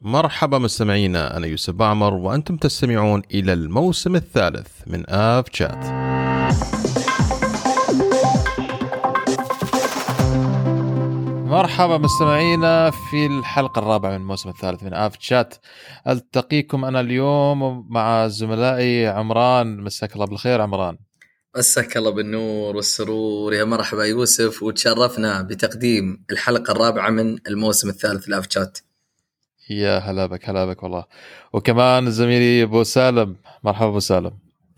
مرحبا مستمعينا، أنا يوسف بعمر وأنتم تستمعون إلى الموسم الثالث من آف شات. مرحبا مستمعينا في الحلقة الرابعة من الموسم الثالث من آف شات. ألتقيكم أنا اليوم مع زملائي عمران. مساك الله بالخير عمران. مساك الله بالنور والسرور، يا مرحبا يوسف، وتشرفنا بتقديم الحلقة الرابعة من الموسم الثالث لآف شات. يا هلا بك والله. وكمان زميلي أبو سالم. مرحبا أبو سالم.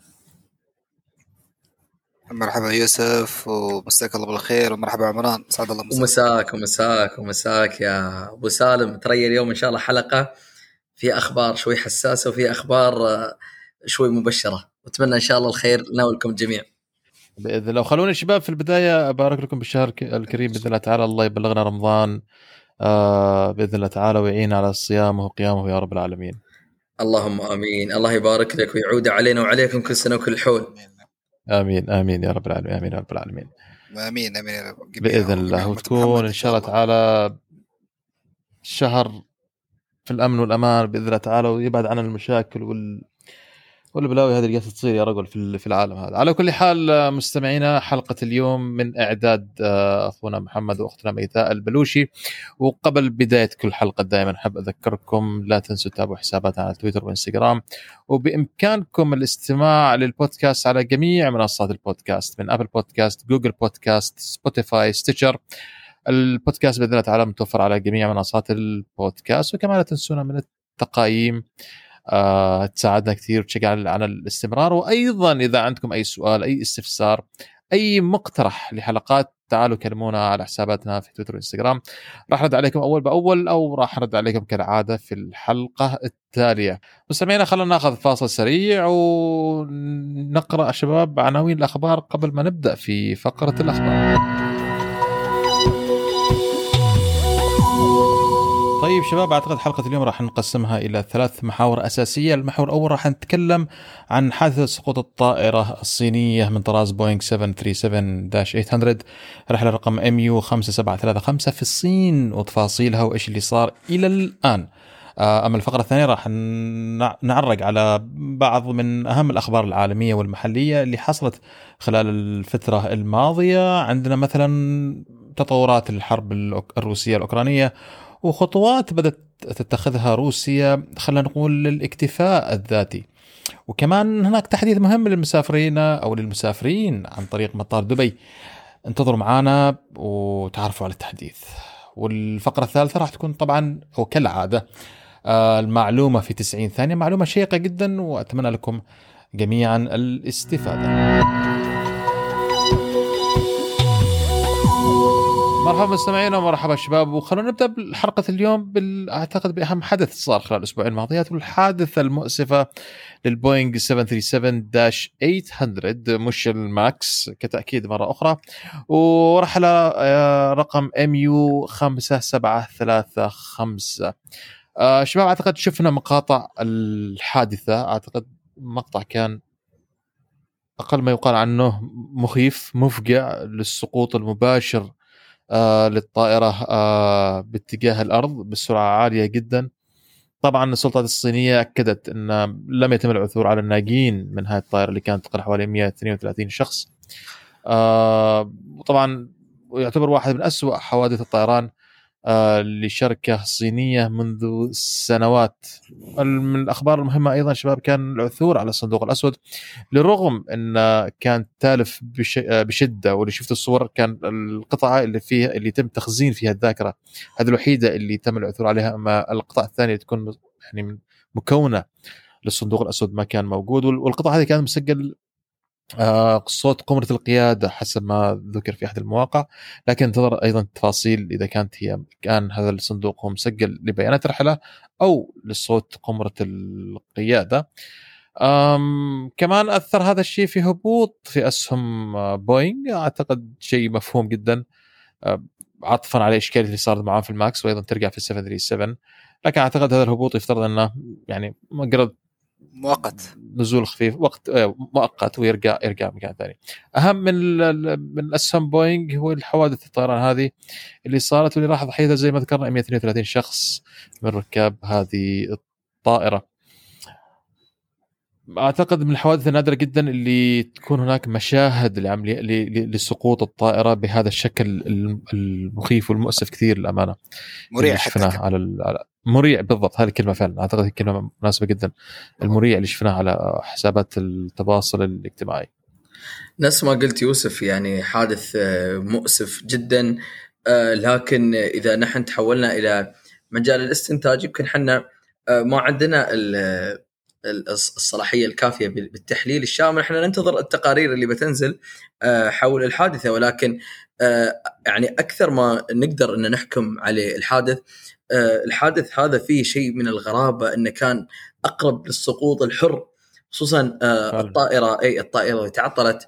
مرحبا يوسف ومساك الله بالخير، ومرحبا عمران، سعد الله مساك. ومساك يا أبو سالم. ترى اليوم إن شاء الله حلقة في أخبار شوي حساسة وفي أخبار شوي مبشرة، وأتمنى إن شاء الله الخير لكم الجميع بإذن الله. وخلوني شباب في البداية أبارك لكم بالشهر الكريم بإذن الله تعالى. الله يبلغنا رمضان بإذن الله تعالى ويعين على الصيام وقيامه يا رب العالمين. اللهم آمين. الله يبارك لك ويعود علينا وعليكم كل سنة وكل حول. آمين آمين يا رب العالمين. آمين يا رب العالمين. آمين آمين يا رب. بإذن الله. وتكون إن شاء الله تعالى شهر في الأمن والأمان بإذن الله تعالى، ويبعد عن المشاكل والبلاوي هذه اللي قاعدة تصير يا رجل في العالم هذا. على كل حال مستمعينا، حلقة اليوم من إعداد أخونا محمد وأختنا ميثاء البلوشي. وقبل بداية كل حلقة دائما أحب أذكركم لا تنسوا تتابعوا حساباتنا على تويتر وإنستغرام، وبإمكانكم الاستماع للبودكاست على جميع منصات البودكاست من أبل بودكاست، جوجل بودكاست، سبوتيفاي، ستيتشر. البودكاست بإذن الله تعالى متوفر على جميع منصات البودكاست. وكمان لا تنسونا من التقييم، تساعدنا كثير وتشجع على الاستمرار. وأيضا إذا عندكم أي سؤال، أي استفسار، أي مقترح لحلقات، تعالوا كلمونا على حساباتنا في تويتر وإنستغرام. راح نرد عليكم أول بأول، أو راح نرد عليكم كالعادة في الحلقة التالية. مستمعينا، خلونا ناخذ فاصل سريع ونقرأ شباب عناوين الأخبار قبل ما نبدأ في فقرة الأخبار. طيب شباب، أعتقد حلقة اليوم راح نقسمها إلى 3 محاور أساسية. المحور الأول راح نتكلم عن حادثة سقوط الطائرة الصينية من طراز بوينغ 737-800 رحلة رقم MU5735 في الصين وتفاصيلها وإيش اللي صار إلى الآن. أما الفقرة الثانية راح نعرق على بعض من أهم الأخبار العالمية والمحلية اللي حصلت خلال الفترة الماضية. عندنا مثلا تطورات الحرب الروسية الأوكرانية وخطوات بدأت تتخذها روسيا، خلينا نقول للاكتفاء الذاتي. وكمان هناك تحديث مهم للمسافرين أو للمسافرين عن طريق مطار دبي. انتظروا معنا وتعرفوا على التحديث. والفقرة الثالثة راح تكون طبعا وكالعادة المعلومة في 90 ثانية، معلومة شيقة جدا وأتمنى لكم جميعا الاستفادة. مرحبا مستمعينا ومرحبا شباب، وخلونا نبدأ بحلقة اليوم أعتقد بأهم حدث صار خلال الأسبوعين الماضيات، والحادثة المؤسفة للبوينغ 737-800 مش الماكس كتأكيد مرة أخرى، ورحلة رقم MU5735. شباب أعتقد شفنا مقاطع الحادثة. أعتقد مقطع كان أقل ما يقال عنه مخيف مفجع للسقوط المباشر للطائرة باتجاه الأرض بسرعة عالية جدا. طبعا السلطات الصينية أكدت أن لم يتم العثور على الناجين من هذه الطائرة اللي كانت تقل حوالي 132 شخص. طبعا يعتبر واحد من أسوأ حوادث الطيران لشركة صينية منذ سنوات. من الأخبار المهمة أيضا شباب كان العثور على الصندوق الأسود، لرغم أن كان تالف بشدة. واللي شفت الصور كان القطعة اللي فيها اللي تم تخزين فيها الذاكرة هذه الوحيدة اللي تم العثور عليها، أما القطع الثانية تكون يعني مكونة للصندوق الأسود ما كان موجود. والقطعة هذه كانت مسجل صوت قمرة القيادة حسب ما ذكر في أحد المواقع، لكن انتظر أيضا تفاصيل إذا كان هذا الصندوق هو مسجل لبيانات الرحلة أو لصوت قمرة القيادة. كمان أثر هذا الشيء في هبوط في أسهم بوينغ، أعتقد شيء مفهوم جدا عطفا على إشكالية اللي صارت معاه في الماكس وأيضا ترجع في 737. لكن أعتقد هذا الهبوط يفترض أنه يعني مجرد نزول خفيف وقت مؤقت ويرجع مكان ثاني. اهم من اسهم بوينغ هو الحوادث الطيران هذه اللي صارت واللي راح ضحيتها زي ما ذكرنا 132 شخص من ركاب هذه الطائره. اعتقد من الحوادث النادره جدا اللي تكون هناك مشاهد لعمليه لسقوط الطائره بهذا الشكل المخيف والمؤسف كثير للامانه. مريع شفناه على مريع بالضبط، هذه الكلمه فعلا اعتقد هي كلمه مناسبه جدا. المريع اللي شفناه على حسابات التواصل الاجتماعي. نفس ما قلت يوسف، يعني حادث مؤسف جدا. لكن اذا نحن تحولنا الى مجال الاستنتاج، يمكن حنا ما عندنا الصلاحيه الكافيه بالتحليل الشامل. احنا ننتظر التقارير اللي بتنزل حول الحادثه، ولكن يعني اكثر ما نقدر ان نحكم عليه الحادث هذا فيه شيء من الغرابه، انه كان اقرب للسقوط الحر، خصوصا الطائره اللي تعطلت.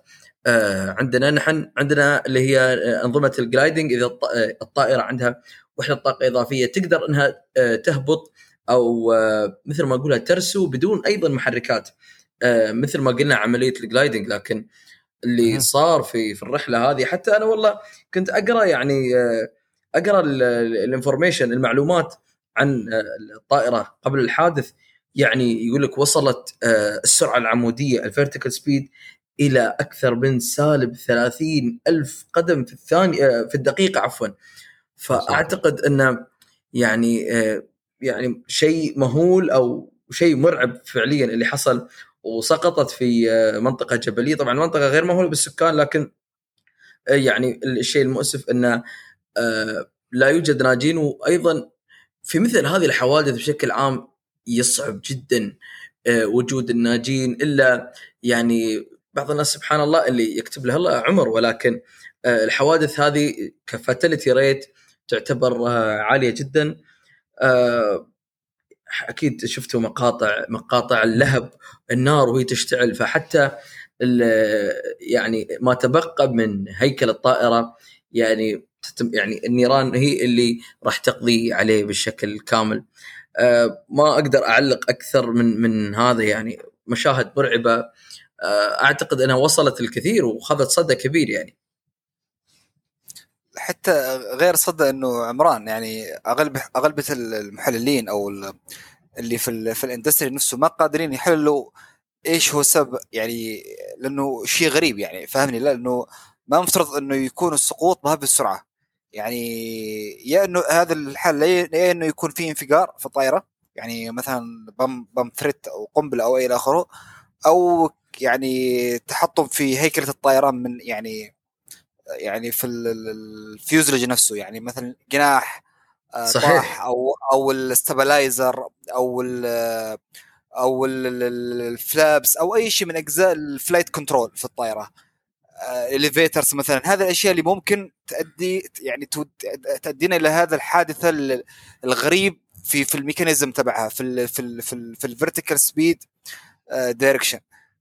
عندنا اللي هي انظمه الجلايدنج. اذا الطائره عندها وحده طاقه اضافيه تقدر انها تهبط او مثل ما نقولها ترسو بدون ايضا محركات، مثل ما قلنا عمليه الجلايدنج. لكن اللي صار في الرحله هذه، حتى انا والله كنت اقرا يعني اقرا الانفورميشن المعلومات عن الطائره قبل الحادث. يعني يقول لك وصلت السرعه العموديه الفيرتيكال سبيد الى اكثر من -30,000 قدم في الثانيه في الدقيقه عفوا. فاعتقد انه يعني شيء مهول او شيء مرعب فعليا اللي حصل، وسقطت في منطقه جبليه. طبعا منطقه غير مهوله بالسكان، لكن يعني الشيء المؤسف انه لا يوجد ناجين. وايضا في مثل هذه الحوادث بشكل عام يصعب جدا وجود الناجين، الا يعني بعض الناس سبحان الله اللي يكتب له الله عمر. ولكن الحوادث هذه كفاتيليتي ريت تعتبر عاليه جدا. اكيد شفتوا مقاطع اللهب النار وهي تشتعل. فحتى يعني ما تبقى من هيكل الطائره يعني النيران هي اللي راح تقضي عليه بالشكل الكامل. ما اقدر اعلق اكثر من هذا. يعني مشاهد مرعبه، اعتقد انها وصلت الكثير وخذت صدى كبير. يعني حتى غير صدى انه عمران، يعني اغلبيه المحللين او اللي في الاندستري نفسه ما قادرين يحللوا ايش هو السبب، يعني لانه شيء غريب يعني فاهمني. لانه ما مفترض انه يكون السقوط بهذه السرعه، يعني يا انه هذا الحل يا انه يكون فيه انفجار في الطائره، يعني مثلا بم ثريت او قنبله او الى اخره، او يعني تحطم في هيكله الطيران من يعني في الفيوزلج نفسه، يعني مثلا جناح طاح او الاستابلايزر او الفلابس او اي شيء من اجزاء الفلايت كنترول في الطائره، اليفيترز مثلا. هذه الاشياء اللي ممكن تؤدينا الى هذا الحادثه الغريب في الميكانيزم تبعها في الفيرتيكال سبيد دايركشن.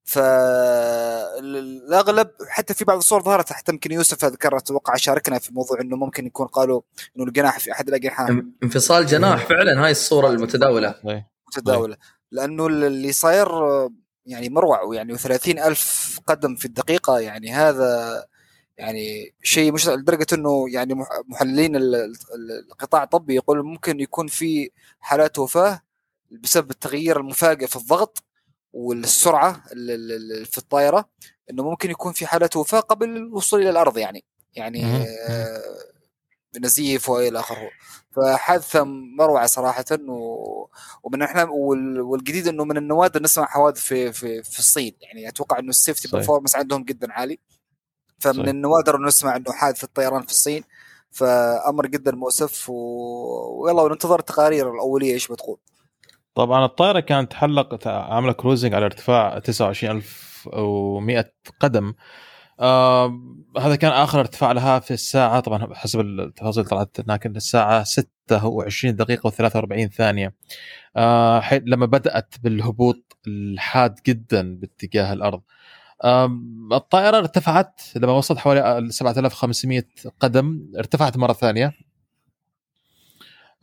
فالاغلب حتى في بعض الصور ظهرت حتى يمكن يوسف ذكر اتوقع شاركنا في موضوع انه ممكن يكون قالوا انه الجناح في احد الاجنحه انفصال جناح. فعلا هاي الصوره المتداوله لانه اللي صاير يعني مروع، يعني 30,000 قدم في الدقيقه. يعني هذا يعني شيء مش لدرجه انه يعني محللين القطاع الطبي يقول ممكن يكون في حالات وفاه بسبب التغيير المفاجئ في الضغط والسرعه في الطائره، انه ممكن يكون في حالات وفاه قبل الوصول الى الارض، يعني بنزيف والى اخره. فحادثه مروعه صراحه. ومن احنا والجديد انه من النوادر نسمع حوادث في الصين، يعني اتوقع انه السيفتي برفورمانس عندهم جدا عالي. فمن النوادر انه نسمع انه حادث الطيران في الصين، فامر جدا مؤسف. ويلا وننتظر التقارير الاوليه ايش بتقول. طبعا الطائرة كانت تحلق عاملة كروزنج على ارتفاع 29,100 قدم. هذا كان آخر ارتفاع لها في الساعة، طبعا حسب التفاصيل طلعت لكن الساعة 26 دقيقة و43 ثانية لما بدأت بالهبوط الحاد جدا باتجاه الأرض. الطائرة ارتفعت لما وصلت حوالي 7,500 قدم، ارتفعت مرة ثانية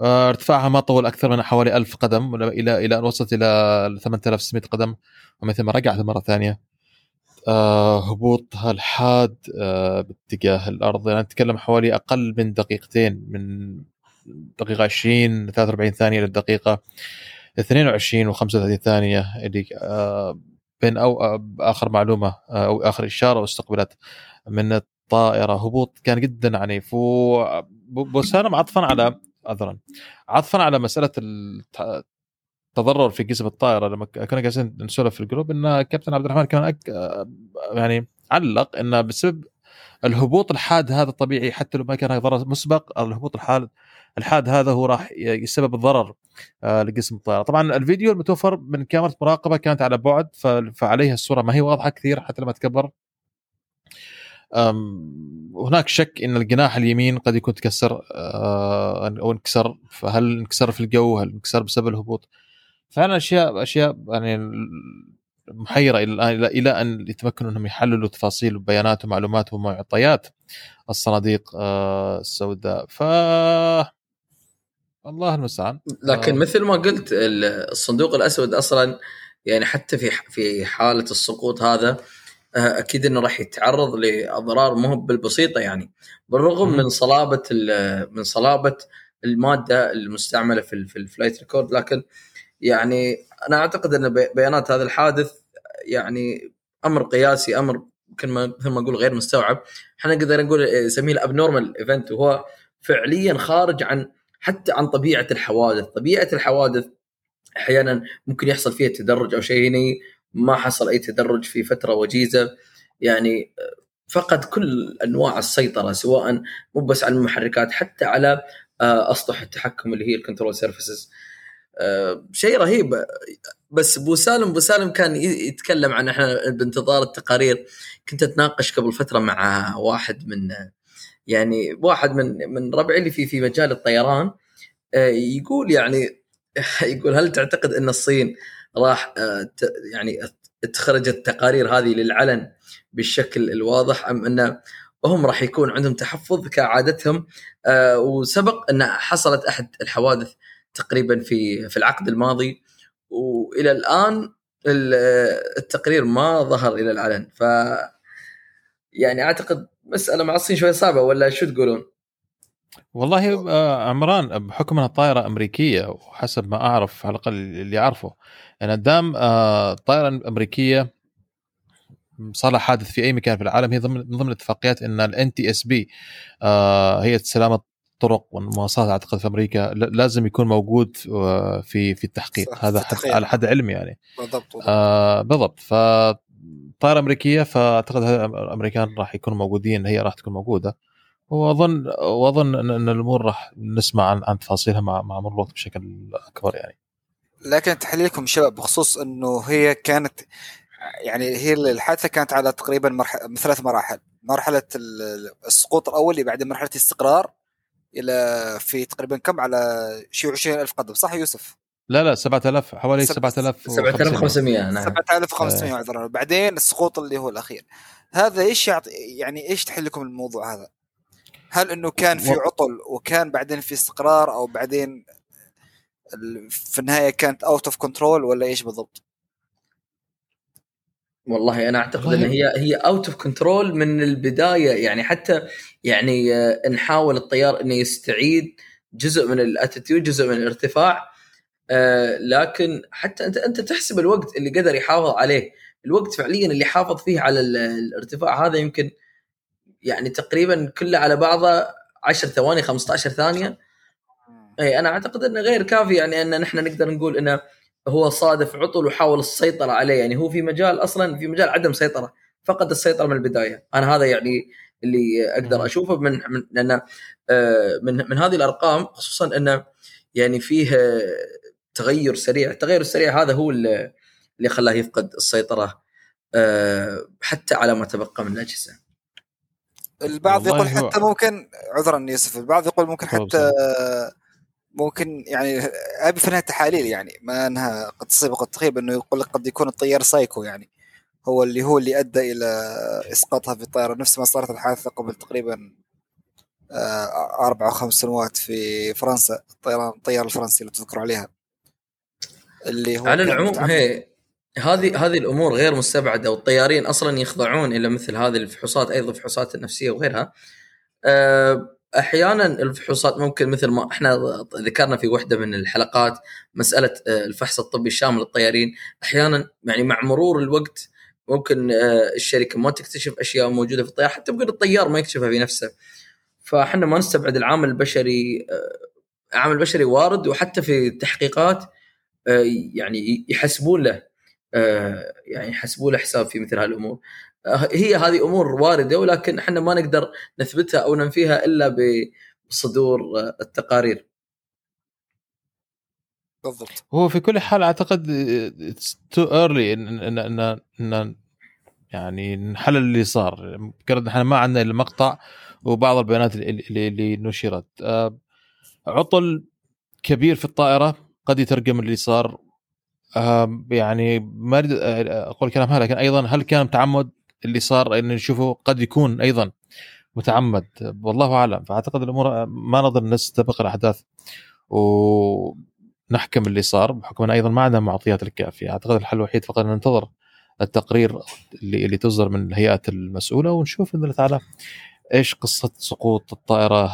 ارتفاعها ما طول أكثر من حوالي 1000 قدم إلى أن وصلت إلى 8600 قدم، ومن ثم رجعت مرة ثانية. هبوطها الحاد باتجاه الأرض، يعني نتكلم حوالي أقل من دقيقتين، من دقيقة 20 43 ثانية للدقيقة 22 و35 ثانية، اللي بين أو آخر معلومة أو آخر إشارة استقبلت من الطائرة هبوط كان جدا عنيف. وبوسالم عطفا على مسألة التضرر في جسم الطائرة. لما كنا جالسين نسولف في الجروب ان كابتن عبد الرحمن كان يعني علق ان بسبب الهبوط الحاد هذا طبيعي، حتى لو ما كان ضرر مسبق، الهبوط الحاد هذا هو راح يسبب الضرر لجسم الطائرة. طبعا الفيديو المتوفر من كاميرا مراقبة كانت على بعد، فعليها الصورة ما هي واضحة كثير حتى لما تكبر. هناك شك ان الجناح اليمين قد يكون تكسر او انكسر، فهل انكسر في الجو، هل انكسر بسبب الهبوط؟ فعلا اشياء يعني محيره الى الان، الى ان يتمكنوا انهم يحللوا تفاصيل وبيانات ومعلومات ومعطيات الصناديق السوداء. الله المستعان. لكن مثل ما قلت الصندوق الاسود اصلا يعني حتى في حاله السقوط هذا اكيد انه راح يتعرض لاضرار مو بالبسيطه، يعني بالرغم من صلابه الماده المستعمله في الفلايت ريكورد. لكن يعني انا اعتقد ان بيانات هذا الحادث يعني امر قياسي، امر مثل ما نقول غير مستوعب. احنا نقدر نقول نسميه الابنورمال ايفنت، وهو فعليا خارج حتى عن طبيعه الحوادث. طبيعه الحوادث احيانا ممكن يحصل فيها تدرج او شيء، هنا ما حصل اي تدرج في فتره وجيزه، يعني فقد كل انواع السيطره، سواء مو بس على المحركات حتى على اسطح التحكم اللي هي الكنترول سيرفيسز. شيء رهيب. بس بو سالم كان يتكلم عن احنا بانتظار التقارير. كنت اتناقش قبل فتره مع واحد من ربعي اللي في مجال الطيران، يقول يعني يقول هل تعتقد ان الصين راح يعني تخرج التقارير هذه للعلن بالشكل الواضح، ام ان هم راح يكون عندهم تحفظ كعادتهم؟ وسبق ان حصلت احد الحوادث تقريبا في العقد الماضي، والى الان التقرير ما ظهر الى العلن. ف يعني اعتقد مساله مع الصين شوي صعبه، ولا شو تقولون؟ والله عمران، بحكم انها طائره امريكيه، وحسب ما اعرف على الاقل اللي اعرفه، يعني دام الطائره الامريكيه صار حادث في اي مكان في العالم، هي ضمن اتفاقيات ان الان تي اس بي هي سلامه الطرق والمواصلات اعتقد في امريكا لازم يكون موجود في التحقيق هذا على حد علمي يعني. بالضبط. فطائره امريكيه، فاعتقد الامريكان راح يكونوا موجودين، هي راح تكون موجوده، واظن ان الامور راح نسمع عن تفاصيلها مع مرور الوقت بشكل اكبر يعني. لكن تحليلكم شباب بخصوص انه هي كانت يعني هي الحادثه كانت على تقريبا 3 مراحل. مرحله السقوط الاول، اللي بعد مرحله الاستقرار الى في تقريبا كم على شيء 20,000 قدم، صح يوسف؟ لا 7000، حوالي 7500. نعم 7500 عذرا. بعدين السقوط اللي هو الاخير هذا ايش يعني ايش تحلكم الموضوع هذا؟ هل انه كان في عطل وكان بعدين في استقرار، او بعدين في النهايه كانت اوت اوف كنترول، ولا ايش بالضبط؟ والله انا اعتقد ان هي اوت اوف كنترول من البدايه، يعني حتى يعني نحاول الطيار انه يستعيد جزء من الاتيتيود، جزء من الارتفاع، لكن حتى انت تحسب الوقت اللي قدر يحافظ عليه. الوقت فعليا اللي حافظ فيه على الارتفاع هذا يمكن يعني تقريبا كله على بعضه 10 ثواني 15 ثانيه. اي انا اعتقد انه غير كافي، يعني ان نحن نقدر نقول انه هو صادف عطل وحاول السيطره عليه. يعني هو في مجال اصلا في مجال عدم سيطره، فقد السيطره من البدايه. انا هذا يعني اللي اقدر اشوفه من لان من هذه الارقام، خصوصا انه يعني فيه تغير سريع. التغير السريع هذا هو اللي خلاه يفقد السيطره حتى على ما تبقى من الاجهزه. البعض يقول حتى ممكن، عذرا يوسف، البعض يقول ممكن حتى ممكن يعني هذه في التحاليل يعني ما انها قد تصيب قد تخيب، انه يقول لك قد يكون الطيار سايكو، يعني هو اللي ادى الى اسقاطها في الطائره، نفس ما صارت الحادثه قبل تقريبا 4 أو 5 سنوات في فرنسا، الطيار الفرنسي اللي تذكروا عليها، اللي هو على كان العموم متعمد. هي هذه الامور غير مستبعده، والطيارين اصلا يخضعون الى مثل هذه الفحوصات، ايضا الفحوصات النفسيه وغيرها. احيانا الفحوصات ممكن مثل ما احنا ذكرنا في وحده من الحلقات، مساله الفحص الطبي الشامل للطيارين. احيانا يعني مع مرور الوقت ممكن الشركه ما تكتشف اشياء موجوده في الطيار، حتى ممكن الطيار ما يكتشفها بنفسه. فاحنا ما نستبعد العامل البشري. عامل بشري وارد، وحتى في التحقيقات يعني يحسبون له، يعني يحسبون له حساب في مثل هالامور. هي هذه امور وارده، ولكن احنا ما نقدر نثبتها او ننفيها الا بصدور التقارير. بالضبط. هو في كل حال اعتقد it's too early ان يعني نحلل اللي صار، مجرد احنا ما عندنا الا مقطع وبعض البيانات اللي نشرت. عطل كبير في الطائره قد يترجم اللي صار. يعني ما اريد اقول كلام هذا، لكن ايضا هل كان متعمد اللي صار ان نشوفه؟ قد يكون ايضا متعمد، والله اعلم. فاعتقد الامور ما نقدر نستبق الاحداث ونحكم اللي صار، بحكم ان ايضا ما عندنا معطيات الكافيه. اعتقد الحل الوحيد فقط ان ننتظر التقرير اللي تصدر من الهيئات المسؤوله، ونشوف باذن الله تعالى ايش قصه سقوط الطائره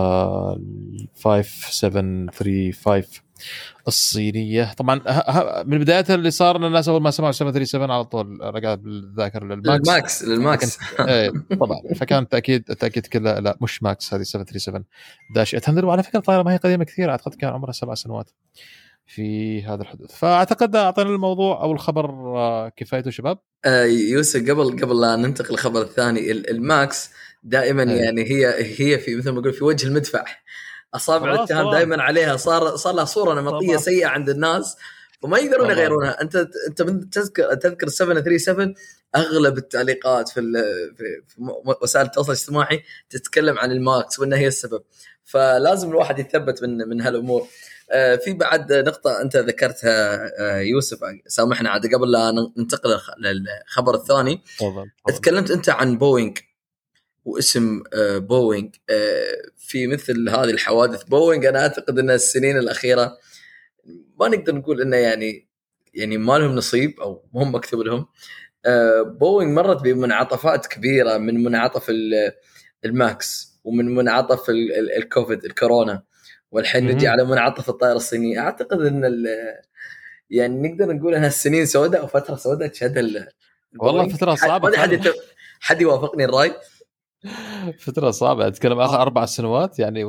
5735 الصينية. طبعا من بدايتها اللي صار ان الناس اول ما سمعوا 737 على طول رجعت بالذاكره للماكس. طبعا فكان تاكيد كله لا مش ماكس، هذه 737-800. وعلى فكره الطائره ما هي قديمه كثير، اعتقد كان عمرها 7 سنوات في هذا الحدود. فاعتقد اعطينا الموضوع او الخبر كفايته شباب. يوسف، قبل لا ننتقل للخبر الثاني، الماكس دائما يعني هي في مثل ما اقول في وجه المدفع. اصابع الاتهام دائما عليها، صار لها صوره نمطيه سيئه عند الناس، وما يقدرون يغيرونها. انت من تذكر 737 اغلب التعليقات في وسائل التواصل الاجتماعي تتكلم عن الماكس وانها هي السبب. فلازم الواحد يثبت من هالامور. في بعد نقطه انت ذكرتها يوسف، سامحنا عاد قبل لا ننتقل للخبر الثاني. تكلمت انت عن بوينغ واسم بوينغ في مثل هذه الحوادث. بوينغ انا اعتقد ان السنين الاخيره ما نقدر نقول انه يعني ما لهم نصيب او هم مكتوب لهم. بوينغ مرت بمنعطفات كبيره، من منعطف الماكس، ومن منعطف الكوفيد الكورونا، والحين نجي على منعطف الطائره الصينيه. اعتقد ان يعني نقدر نقول انها السنين سوداء او فتره سوداء تشهد والله فتره صعبه. حد يوافقني الراي؟ فتره صعبه، اتكلم اخر 4 سنوات يعني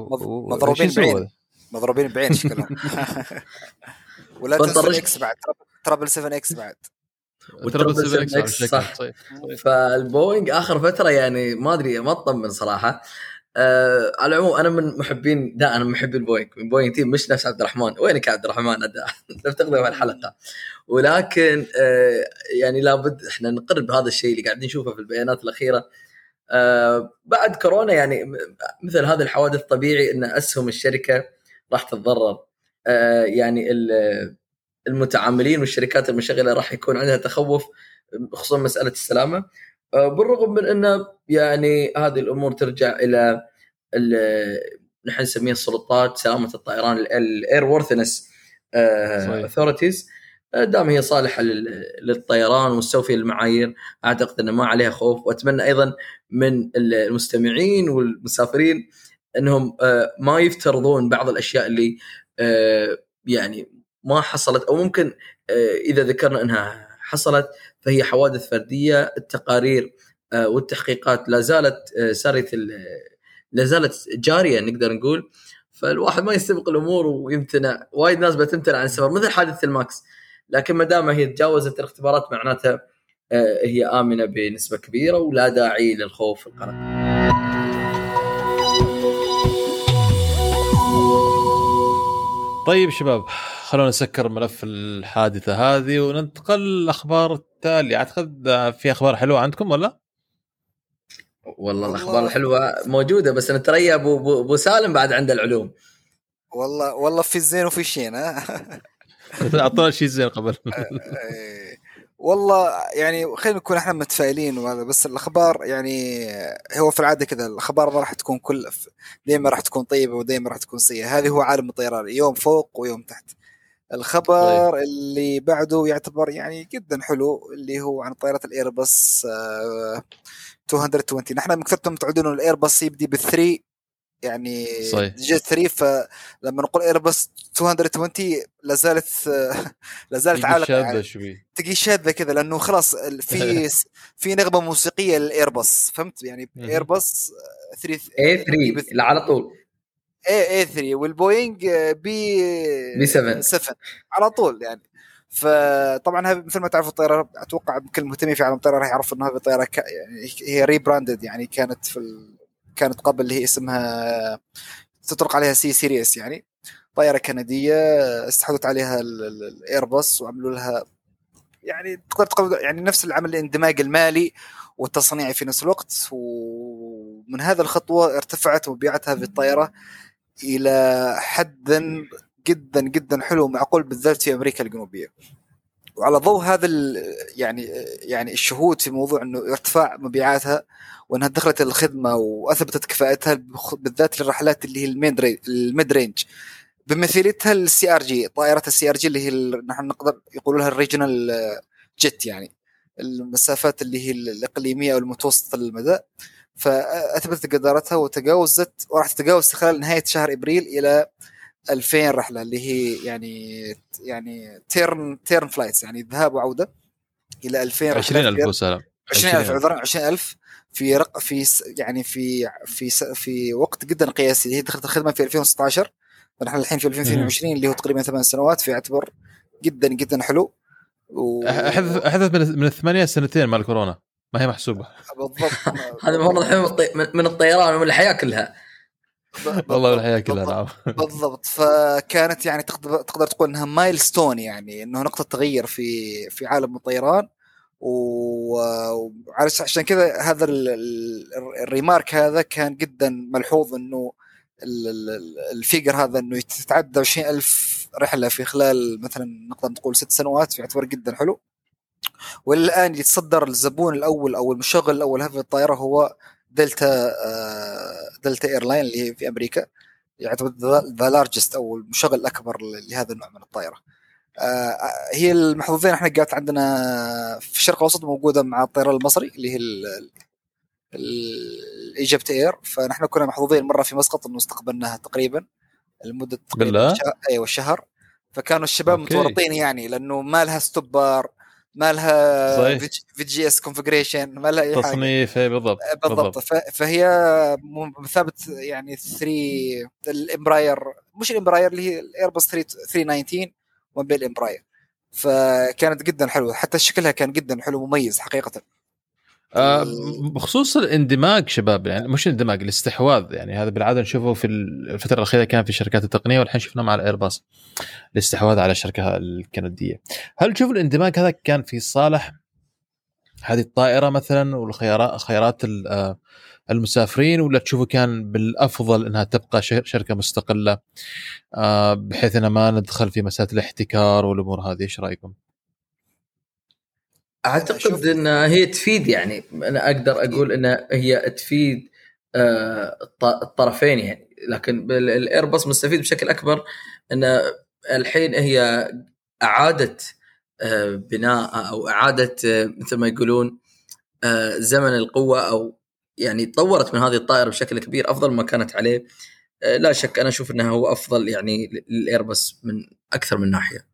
مضروبين بعين شكلهم. ولا تنسى اكس بعد، ترابل 7 اكس بعد، وترابل 7 اكس صح. فالبوينغ اخر فتره يعني ما ادري، ما اطمن صراحه. على العموم انا من محبين انا محب البوينغ تيم، مش نفس عبد الرحمن. وينك عبد الرحمن؟ نفتقده في الحلقه. ولكن يعني لابد احنا نقر بهذا الشيء اللي قاعدين نشوفه في البيانات الاخيره بعد كورونا. يعني مثل هذه الحوادث طبيعي ان اسهم الشركه راح تتضرر. يعني المتعاملين والشركات المشغله راح يكون عندها تخوف خصوصا مساله السلامه. بالرغم من انه يعني هذه الامور ترجع الى نحن نسميها السلطات سلامه الطيران، الاير وورثنس authorities. دام هي صالحه للطيران ومستوفيه للمعايير، اعتقد انه ما عليها خوف. واتمنى ايضا من المستمعين والمسافرين انهم ما يفترضون بعض الاشياء اللي يعني ما حصلت، او ممكن اذا ذكرنا انها حصلت فهي حوادث فرديه. التقارير والتحقيقات لا زالت جاريه نقدر نقول. فالواحد ما يستبق الامور ويمتنع. وايد ناس بتمتنع عن السفر مثل حادث الماكس، لكن ما دام هي تجاوزت الاختبارات معناتها هي آمنة بنسبة كبيرة ولا داعي للخوف والقلق. طيب شباب، خلونا نسكر ملف الحادثة هذه وننتقل للأخبار التالية. أعتقد في أخبار حلوة عندكم ولا؟ والله الأخبار الحلوة موجودة، بس نتريا أبو سالم بعد عند العلوم. والله في الزين وفي الشين. أعطونا شيء زين قبل. والله يعني خلينا نكون احنا متفائلين وهذا، بس الاخبار يعني هو في العاده كذا، الاخبار ما راح تكون دائما راح تكون طيبه ودائما راح تكون سيئه. هذه هو عالم الطيران، يوم فوق ويوم تحت. صحيح. الخبر اللي بعده يعتبر يعني جدا حلو، اللي هو عن طائرة الايرباص 220. نحن من كثرتهم متعودين انه الايرباص يبدي بالثري، يعني صحيح. جي 3. فلما نقول ايرباص 220 لازالت لازالت عالم شاذة يعني شوي. تجي شاذة كذا، لانه خلاص في نغمة موسيقية للايرباص، فهمت يعني؟ ايرباص 3 A3 اللي على طول اي 3 والبوينج بي بي 7 7 على طول يعني. فطبعا هذا مثل ما تعرفوا الطياره، اتوقع كل مهتمين في عالم الطياره راح يعرف انه هذه الطياره يعني هي ريبراندد، يعني كانت كانت قبل اللي هي اسمها تطلق عليها سي سيريس، يعني طائره كنديه استحوذت عليها الايرباص وعملوا لها يعني تقدر يعني نفس العمل الاندماج المالي والتصنيعي في نفس الوقت. ومن هذا الخطوه ارتفعت مبيعاتها في الطائره الى حد جدا جدا حلو معقول، بالذات في امريكا الجنوبيه. وعلى ضوء هذا يعني الشهود في موضوع انه ارتفاع مبيعاتها وانها دخلت الخدمه واثبتت كفاءتها بالذات للرحلات اللي هي الميد رينج، بمثيلتها السي ار جي، طائره السي ار جي اللي هي نحن نقدر يقولوا لها الريجنال جيت، يعني المسافات اللي هي الاقليميه او المتوسطه المدى. فاثبتت جدارتها وتجاوزت، وراح تتجاوز خلال نهايه شهر ابريل الى 2000 رحله، اللي هي يعني تيرن فلايتس، يعني ذهاب وعوده الى 2000 رحله. 20,000 وسلام. 20,000 عذرا 20,000 في يعني في وقت جدا قياسي. هي دخلت الخدمه في 2016، ونحن الحين في 2022 اللي هو تقريبا 8 سنوات، في يعتبر جدا جدا حلو. احدث من 8 سنتين مال كورونا، ما هي محسوبه. بالضبط. هذا المفروض من الطيران ومن الحياه كلها. والله الحياه كلها. نعم بالضبط. فكانت يعني تقدر تقول انها مايلستون، يعني انه نقطه تغير في عالم الطيران. وعشان كذا هذا الريمارك هذا كان جدا ملحوظ، انه الفيجر هذا انه يتعدى 20,000 رحله في خلال مثلا نقدر نقول 6 سنوات، يعتبر جدا حلو. والان يتصدر الزبون الاول او المشغل الاول هذه الطائره هو دلتا ايرلاين اللي هي في امريكا، يعتبر ذا لارجست او المشغل الاكبر لهذا النوع من الطائره. هي المحظوظين احنا قاعد عندنا في الشرق الاوسط موجوده مع الطيران المصري اللي هي الايجيبت اير. فنحن كنا محظوظين مره في مسقط انه استقبلناها تقريبا لمده تقريبا شهر. فكانوا الشباب متورطين يعني، لانه ما لها ستوبر، ما لها في جي اس كونفيجريشن، ما لها اي حاجه تصنيف. بالضبط. فهي مثابه يعني 3 الامبراير، مش الامبراير اللي هي الايرباص 319 وبين الامبراير. فكانت جدا حلوه، حتى شكلها كان جدا حلو مميز حقيقه. بخصوص الاندماج شباب، يعني مش الاندماج، الاستحواذ، يعني هذا بالعاده نشوفه في الفتره الاخيره كان في شركات التقنيه، والحين شفناه مع الايرباص الاستحواذ على الشركه الكنديه. هل تشوف الاندماج هذا كان في صالح هذه الطائره مثلا والخيارات المسافرين، ولا تشوفه كان بالافضل انها تبقى شركه مستقله بحيث اننا ما ندخل في مسائل الاحتكار والامور هذه؟ ايش رايكم؟ اعتقد ان هي تفيد، يعني انا اقدر اقول ان هي تفيد الطرفين يعني. لكن الايرباص مستفيد بشكل اكبر ان الحين هي اعاده بناء او اعاده مثل ما يقولون زمن القوه، او يعني تطورت من هذه الطائره بشكل كبير افضل ما كانت عليه. لا شك انا اشوف انها هو افضل يعني للايرباص من اكثر من ناحيه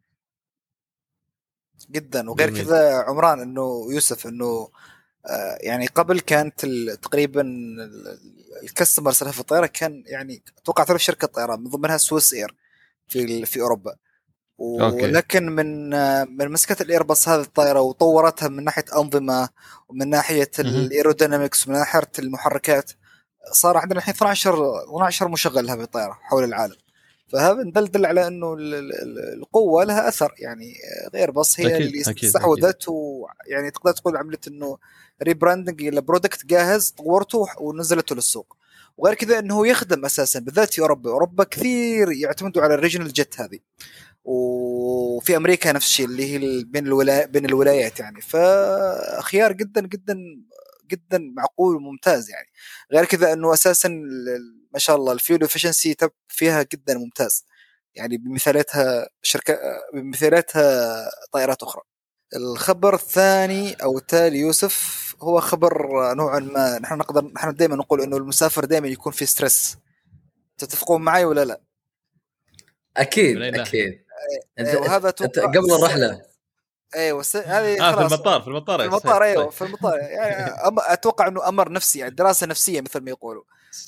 جدا. وغير كذا عمران انه يوسف انه يعني قبل كانت تقريبا الكاستمر سنة في الطائرة كان يعني اتوقع تعرف شركة طيران من ضمنها سويس اير في اوروبا. ولكن من مسكت الايرباص هذه الطائرة وطورتها من ناحية انظمة ومن ناحية الايرودينامكس ومن ناحية المحركات، صار عندنا الحين 12 مشغل لها بالطائرة حول العالم. فهذا دل على انه القوه لها اثر يعني. غير بس هي اللي استحوذت، ويعني تقدر تقول عملت انه ريبراندنج الى برودكت جاهز، طورته ونزلته للسوق. وغير كذا انه يخدم اساسا بالذات في اوروبا كثير يعتمدوا على الريجنال جيت هذه، وفي امريكا نفس الشيء اللي هي بين الولايات يعني. فخيار جدا جدا جدا معقول وممتاز يعني. غير كذا انه اساسا ما شاء الله الفيول افشنسي فيها جدا ممتاز يعني، بمثالاتها طائرات اخرى. الخبر الثاني او التالي يوسف هو خبر نوعا ما نحن دائما نقول انه المسافر دائما يكون في ستريس. تتفقون معي ولا لا؟ اكيد وهذا انت قبل الرحله ايوه هذه خلاص في المطار ايوه في المطار يعني اتوقع انه امر نفسي يعني دراسه نفسيه مثل ما يقولوا.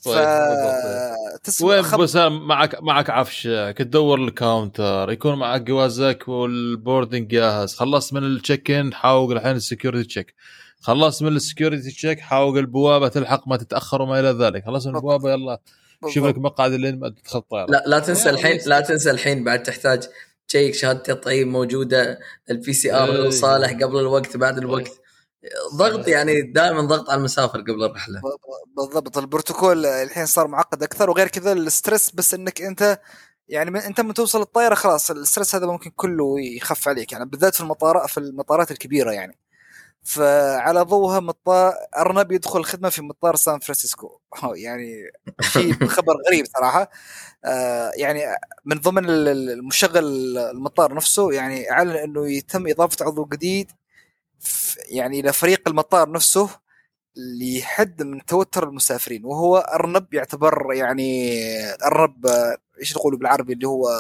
وين بسام معك عفش تدور الكاونتر يكون معك جوازك والبوردنج جاهز، خلصت من التشيك ان حاوق الحين السكيورتي تشيك، خلصت من السكيورتي تشيك حاوق البوابه تلحق ما تتاخر وما الى ذلك، خلصت من البوابه يلا شوف لك مقعد اللي ما تدخل طياره. لا تنسى الحين بعد تحتاج تشيك شهاده التطعيم موجوده، البي سي ار صالح قبل الوقت بعد الوقت، ضغط يعني دائما ضغط على المسافر قبل الرحله. بالضبط البروتوكول الحين صار معقد اكثر. وغير كذا الستريس بس انك انت يعني انت من توصل الطائره خلاص الستريس هذا ممكن كله يخف عليك يعني، بالذات في المطارات الكبيره يعني. فعلى ضوها مطار أرنب يدخل الخدمة في مطار سان فرانسيسكو يعني شيء خبر غريب صراحة. يعني من ضمن المشغل المطار نفسه يعني أعلن أنه يتم إضافة عضو جديد يعني إلى فريق المطار نفسه ليحد من توتر المسافرين، وهو أرنب يعتبر يعني أرنب إيش تقولوا بالعربي اللي هو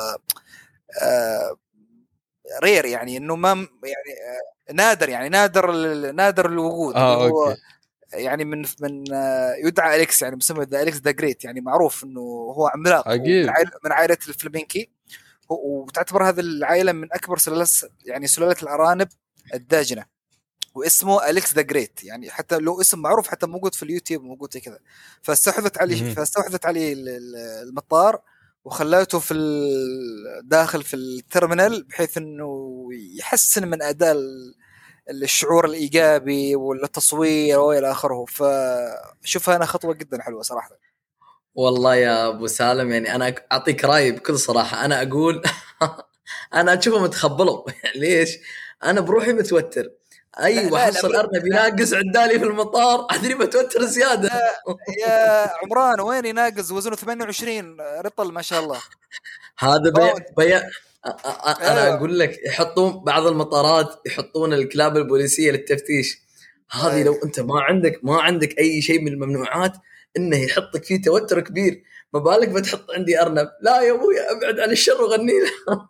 رير يعني إنه ما يعني نادر يعني نادر الوجود. هو يعني من يدعى أليكس يعني مسمى ذا أليكس ذا جريت يعني، معروف إنه هو عملاق من عائلة الفلامينكي، وتعتبر هذه العائلة من أكبر سلالة الأرانب الداجنة، واسمه أليكس ذا جريت يعني حتى له اسم معروف حتى موجود في اليوتيوب موجود كذا. فاستحوذت عليه المطار وخلاته في داخل في الترمينال بحيث انه يحسن من اداء الشعور الايجابي والتصوير والى اخره. فشوفها انا خطوه جدا حلوه صراحه. والله يا ابو سالم يعني انا اعطيك رايي بكل صراحه، انا اقول انا اشوفه متخبله ليش انا بروحي متوتر وحصل ارنب يناقص عدالي في المطار ادري متوتر زياده. يا عمران وين يناقص وزنه 28 رطل ما شاء الله. هذا انا اقول لك يحطون بعض المطارات يحطون الكلاب البوليسيه للتفتيش، هذه لو انت ما عندك اي شيء من الممنوعات انه يحطك فيه توتر كبير، ما بالك بتحط عندي ارنب. لا يا ابوي ابعد عن الشر وغني له.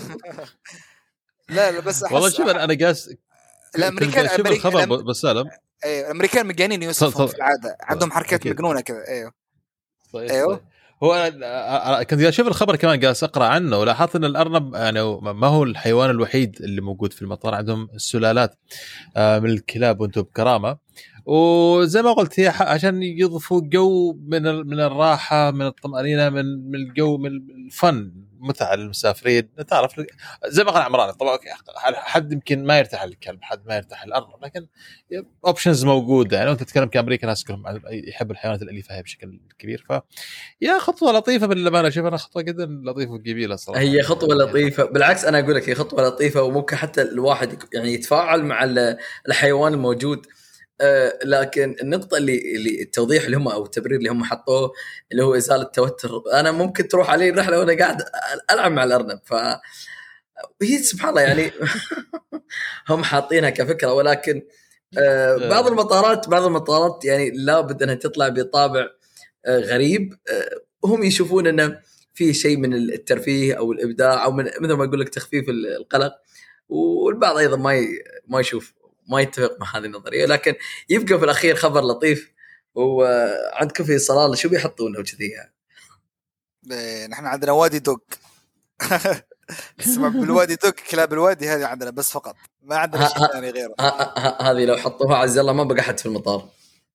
لا بس والله شوف انا قاس الامريكان شوف الخبر بس سالم ايوه الامريكان مجانين يوسف في العاده عندهم حركات مجنونه كذا. ايوه ايوه هو أنا كنت اشوف الخبر كمان قاس اقرا عنه ولاحظت ان الارنب يعني ما هو الحيوان الوحيد اللي موجود في المطار، عندهم السلالات من الكلاب وانتم بكرامه، وزي ما قلت هي عشان يضيفوا جو من الراحه من الطمانينه من الجو من الفن متعه للمسافرين. تعرف زي ما قال عمران طبعا حد يمكن ما يرتاح الكلب حد ما يرتاح الارنب، لكن اوبشنز موجوده يعني. وانت تتكلم كامريكا ناس كلهم يحب الحيوانات الاليفه بشكل كبير، يا خطوه لطيفه بالامانه. شوف انا خطوه جدا لطيفه وجميله صراحه. هي خطوه لطيفه بالعكس، انا اقول لك هي خطوه لطيفه وممكن حتى الواحد يعني يتفاعل مع الحيوان الموجود. لكن النقطه اللي التوضيح اللي هم او التبرير اللي هم حطوه اللي هو ازاله التوتر، انا ممكن تروح علي الرحله وانا قاعد العب مع الارنب، هي سبحان الله يعني هم حاطينها كفكره. ولكن بعض المطارات يعني لابد انها تطلع بطابع غريب، هم يشوفون انه في شيء من الترفيه او الابداع او من مثل ما اقول لك تخفيف القلق، والبعض ايضا ما يشوف ما يتفق مع هذه النظريه. لكن يبقى في الاخير خبر لطيف. وعندكم في صلالة شو بيحطونه كذي يعني؟ نحن عندنا وادي دوغ اسمع بالوادي دوغ كلاب الوادي هذه عندنا بس فقط، ما عندنا شيء ثاني غيره. هذه لو حطوها عز الله ما بقى حد في المطار.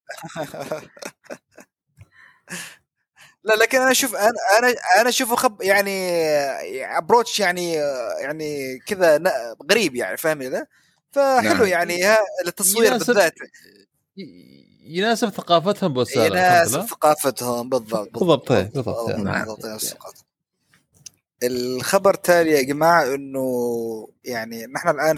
لا لكن انا اشوف انا اشوفه يعني ابروتش يعني كذا غريب يعني فاهمني ذا، فحلو يعني التصوير بالذات يناسب ثقافتهم يناسب ثقافتهم بالضبط. الخبر التالي يا جماعة إنه يعني نحن الآن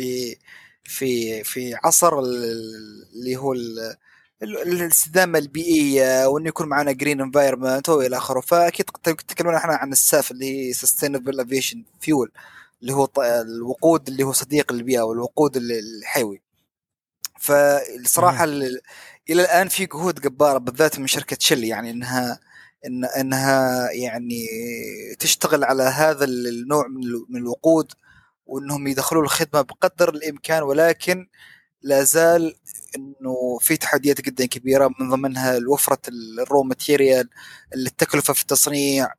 في عصر اللي هو الاستدامة البيئية، وإنه يكون معنا green environment وإلى آخره. فأكيد تكلمنا إحنا عن الساف اللي هي sustainable aviation fuel، اللي هو الوقود اللي هو صديق للبيئة والوقود الحيوي. فالصراحة إلى الآن في جهود جبارة بالذات من شركة شل، يعني إنها يعني تشتغل على هذا النوع من الوقود، وإنهم يدخلوا الخدمة بقدر الإمكان، ولكن لا زال إنه في تحديات جدا كبيرة، من ضمنها الوفرة الرو ماتيريال، التكلفة في التصنيع،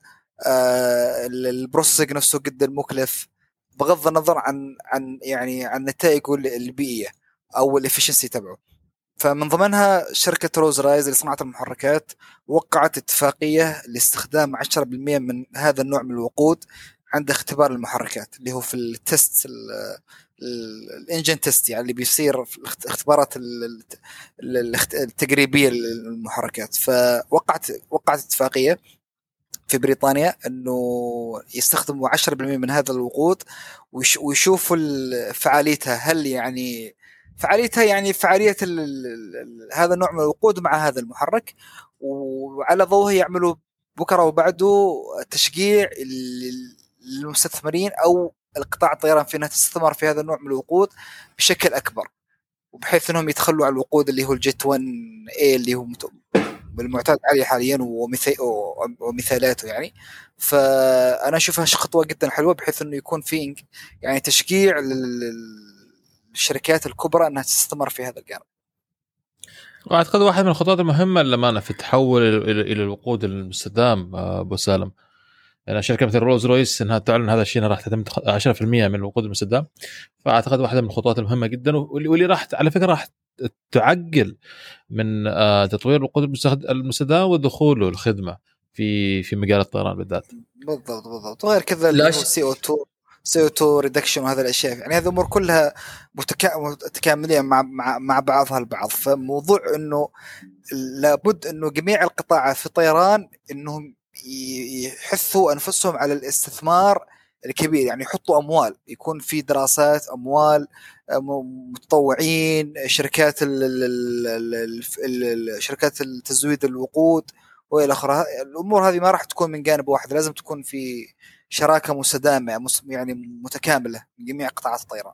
البروسيسنج نفسه جدا مكلف، بغض النظر عن يعني عن نتائجه البيئية أو الإفشنسي تبعه. فمن ضمنها شركة روز رايز لصناعة المحركات وقعت اتفاقية لاستخدام 10% من هذا النوع من الوقود عند اختبار المحركات، اللي هو في التست الانجن تيست، يعني اللي بيصير في الاختبارات التجريبية للمحركات. فوقعت اتفاقية في بريطانيا انه يستخدموا 10% من هذا الوقود، ويشوفوا فعاليتها، هل يعني فعالية هذا النوع من الوقود مع هذا المحرك، وعلى ضوءه يعملوا بكره وبعده تشجيع للمستثمرين او القطاع الطيران في انها تستثمر في هذا النوع من الوقود بشكل اكبر، وبحيث انهم يتخلوا عن الوقود اللي هو الجيت 1 اي اللي هو بالمعتاد عليه حاليا ومثالاته يعني. فانا اشوفها خطوه جدا حلوه، بحيث انه يكون في يعني تشجيع للشركات الكبرى انها تستثمر في هذا الجانب. واعتقد واحد من الخطوات المهمه للامانه في التحول الى الوقود المستدام ابو سالم، يعني شركه مثل روز رويس انها تعلن هذا الشيء، انها راح تعتمد 10% من الوقود المستدام. فاعتقد واحده من الخطوات المهمه جدا، واللي راح على فكره راح تعجل من تطوير الوقود المستدام ودخوله الخدمه في مجال الطيران بالذات. بالضبط. وغير كذا اللي هو CO2 ريدكشن وهذا الاشياء، يعني هذه الامور كلها متكاملين مع بعضها البعض. فموضوع انه لابد انه جميع القطاعات في الطيران انهم يحثوا انفسهم على الاستثمار الكبير، يعني يحطوا اموال، يكون في دراسات، اموال، متطوعين، شركات شركات التزويد الوقود والى اخره. الامور هذه ما راح تكون من جانب واحد، لازم تكون في شراكه مستدامه يعني متكامله من جميع قطاعات الطيران.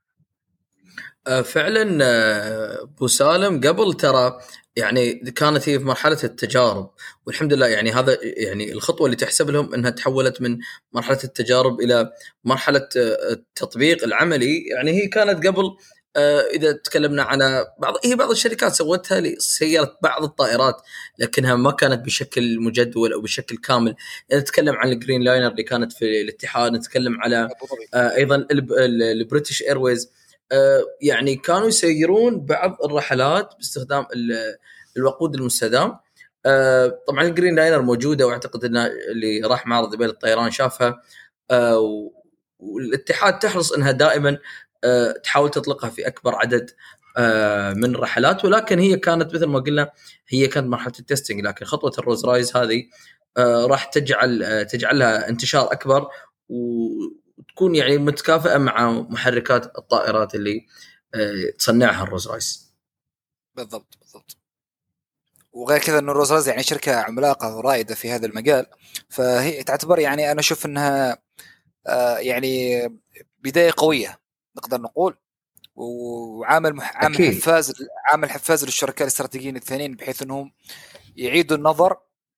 فعلا ابو سالم، قبل ترى يعني كانت هي في مرحله التجارب، والحمد لله يعني هذا يعني الخطوه اللي تحسب لهم انها تحولت من مرحله التجارب الى مرحله التطبيق العملي. يعني هي كانت قبل اذا تكلمنا على بعض الشركات سوتها لسياره بعض الطائرات، لكنها ما كانت بشكل مجدول او بشكل كامل. نتكلم عن الجرين لاينر اللي كانت في الاتحاد، نتكلم على ايضا البريتش ايرويز، يعني كانوا يسيرون بعض الرحلات باستخدام الوقود المستدام. طبعا الجرين لاينر موجوده، واعتقد ان اللي راح معرض دبي للطيران شافها، والاتحاد تحرص انها دائما تحاول تطلقها في اكبر عدد من الرحلات. ولكن هي كانت مثل ما قلنا، هي كانت مرحله التستنج، لكن خطوه الروز رايز هذه راح تجعلها انتشار اكبر، وتكون يعني متكافئه مع محركات الطائرات اللي تصنعها الروز رايس. بالضبط. وغير كذا انه روز رايز يعني شركه عملاقه ورائده في هذا المجال، فهي تعتبر يعني انا اشوف انها يعني بدايه قويه نقدر نقول، وعامل حفاز للشركاء الاستراتيجيين الثانيين، بحيث انهم يعيدوا النظر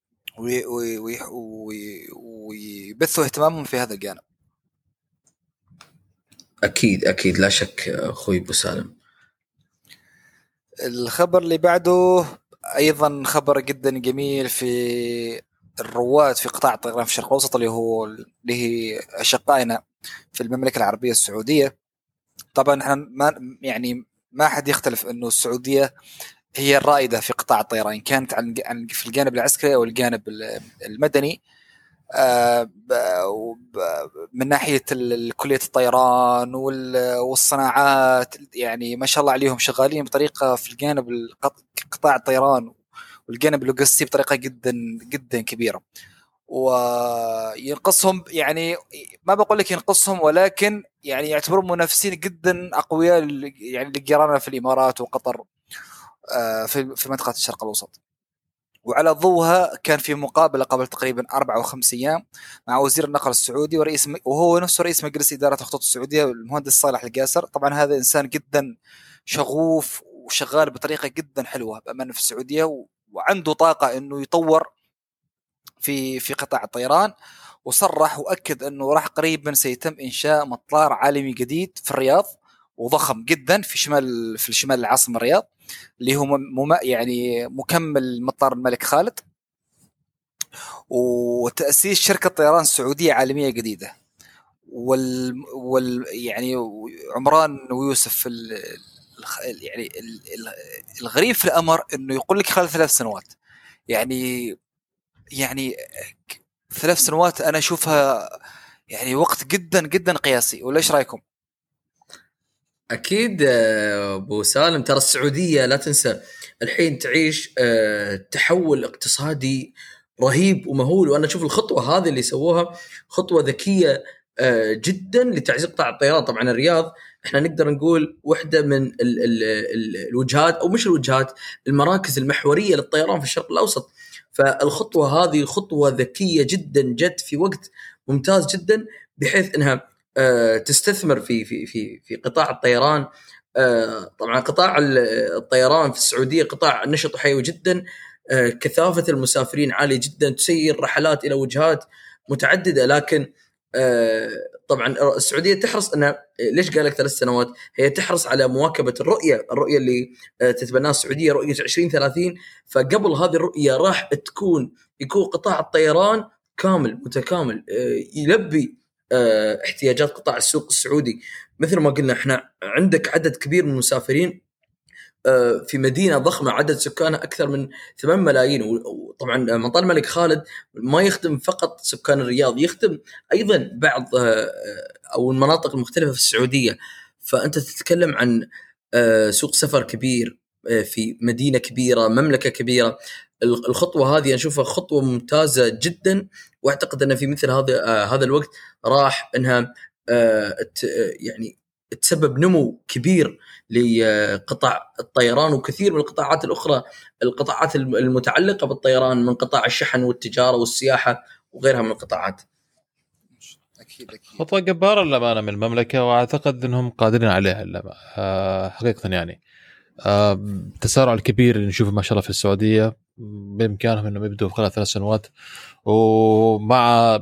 ويبثوا اهتمامهم في هذا الجانب. اكيد لا شك اخوي ابو سالم. الخبر اللي بعده ايضا خبر جدا جميل في الرواد في قطاع الطيران في الشرق الاوسط، اللي هي اشقائنا في المملكه العربيه السعوديه. طبعا احنا ما حد يختلف انه السعوديه هي الرائده في قطاع الطيران، كانت في الجانب العسكري او الجانب المدني، من ناحيه كليه الطيران والصناعات. يعني ما شاء الله عليهم شغالين بطريقه في الجانب قطاع الطيران والجانب اللوجستي بطريقه جدا جدا كبيره. وينقصهم، يعني ما بقول لك ينقصهم، ولكن يعني يعتبرون منافسين جدا اقوياء يعني لجيراننا في الامارات وقطر في منطقه الشرق الاوسط. وعلى ضوءها كان في مقابله قبل تقريبا 4 أو 5 ايام مع وزير النقل السعودي وهو نفسه رئيس مجلس اداره الخطوط السعوديه المهندس صالح القاسر. طبعا هذا انسان جدا شغوف وشغال بطريقه جدا حلوه بامانه في السعوديه، وعنده طاقه انه يطور في قطاع الطيران. وصرح واكد انه راح قريبا سيتم انشاء مطار عالمي جديد في الرياض وضخم جدا في شمال العاصمه الرياض، اللي هو يعني مكمل مطار الملك خالد، وتاسيس شركه طيران سعوديه عالميه جديده. يعني عمران ويوسف يعني الغريب في الامر انه يقول لك خلال 3 سنوات. يعني 3 سنوات انا اشوفها يعني وقت جدا جدا قياسي، ولا ايش رايكم؟ اكيد ابو سالم، ترى السعوديه لا تنسى الحين تعيش تحول اقتصادي رهيب ومهول، وانا اشوف الخطوه هذه اللي سووها خطوه ذكيه جدا لتعزيز قطاع الطيران. طبعا الرياض احنا نقدر نقول واحده من الوجهات، او مش الوجهات، المراكز المحوريه للطيران في الشرق الاوسط. فالخطوه هذه خطوه ذكيه جدا، جت في وقت ممتاز جدا، بحيث انها تستثمر في قطاع الطيران. طبعا قطاع الطيران في السعوديه قطاع نشط وحيوي جدا، كثافه المسافرين عاليه جدا، تسير رحلات الى وجهات متعدده. لكن طبعا السعوديه تحرص انها، ليش قال لك 3 سنوات؟ هي تحرص على مواكبه الرؤيه اللي تتبناها السعوديه، رؤيه 2030. فقبل هذه الرؤيه راح يكون قطاع الطيران كامل متكامل، يلبي احتياجات قطاع السوق السعودي. مثل ما قلنا احنا عندك عدد كبير من المسافرين في مدينة ضخمة عدد سكانها أكثر من 8 ملايين. وطبعا مطار الملك خالد ما يخدم فقط سكان الرياض، يخدم أيضا بعض أو المناطق المختلفة في السعودية. فأنت تتكلم عن سوق سفر كبير في مدينة كبيرة، مملكة كبيرة. الخطوة هذه أشوفها خطوة ممتازة جدا، واعتقد ان في مثل هذا الوقت راح انها يعني تسبب نمو كبير لقطاع الطيران وكثير من القطاعات الاخرى، القطاعات المتعلقه بالطيران، من قطاع الشحن والتجاره والسياحه وغيرها من القطاعات. اكيد خطوه جباره للامانه من المملكه، واعتقد انهم قادرين عليها حقيقه. يعني التسارع الكبير اللي نشوفه ما شاء الله في السعوديه بامكانهم انهم يبدوا خلال 3 سنوات، ومع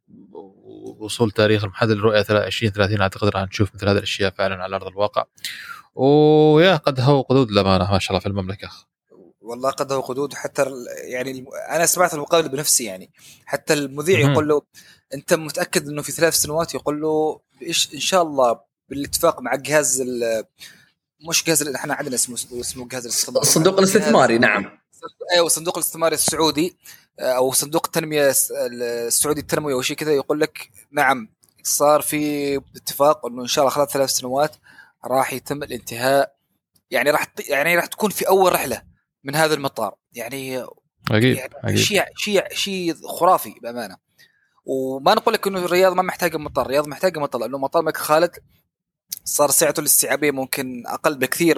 وصول تاريخ المحدد للرؤية 2030 أعتقد راح نشوف مثل هذه الأشياء فعلا على أرض الواقع. ويا قد هو قدود لمانة ما شاء الله في المملكة. والله قد هو قدود. حتى يعني أنا سمعت المقابلة بنفسي، يعني حتى المذيع يقول له أنت متأكد أنه في 3 سنوات؟ يقول له إيش إن شاء الله بالاتفاق مع جهاز مش جهاز اللي احنا عندنا اسمه جهاز الصندوق الاستثماري. نعم، ايوه الصندوق الاستثماري السعودي، او صندوق التنميه السعودي التنموي او شيء كذا. يقول لك نعم صار في اتفاق انه ان شاء الله خلال 3 سنوات راح يتم الانتهاء، يعني راح تكون في اول رحله من هذا المطار. يعني أكيد يعني شيء خرافي بامانه. وما نقول لك انه الرياض ما محتاجه مطار، الرياض محتاجه مطار، لانه مطار الملك خالد صار سعته الاستيعابيه ممكن اقل بكثير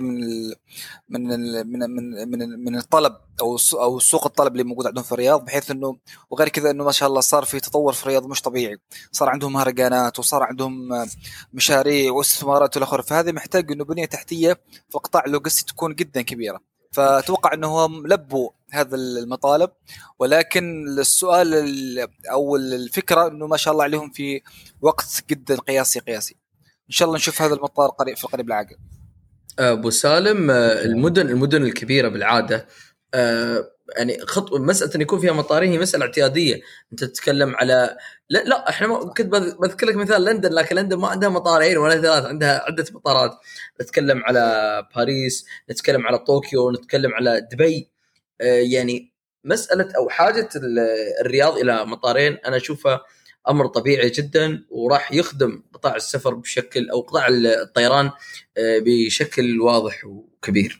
من الطلب او سوق الطلب اللي موجود عندهم في الرياض. بحيث انه وغير كذا انه ما شاء الله صار في تطور في الرياض مش طبيعي، صار عندهم مهرجانات وصار عندهم مشاريع واستثمارات والاخر. فهذا محتاج انه بنيه تحتيه في القطاع اللوجستي تكون جدا كبيره. فاتوقع انه هم لبوا هذا المطالب، ولكن السؤال او الفكره انه ما شاء الله عليهم في وقت جدا قياسي. ان شاء الله نشوف هذا المطار قريب في القريب العاجل. ابو سالم، المدن الكبيره بالعاده يعني خطوه مساله ان يكون فيها مطارين هي مساله اعتياديه. انت تتكلم على لا احنا كنت بذكر لك مثال لندن، لكن لندن ما عندها مطارين ولا 3، عندها عده مطارات. نتكلم على باريس، نتكلم على طوكيو، نتكلم على دبي. يعني مساله او حاجه الرياض الى مطارين انا اشوفها امر طبيعي جدا، وراح يخدم قطاع السفر بشكل، او قطاع الطيران بشكل واضح وكبير.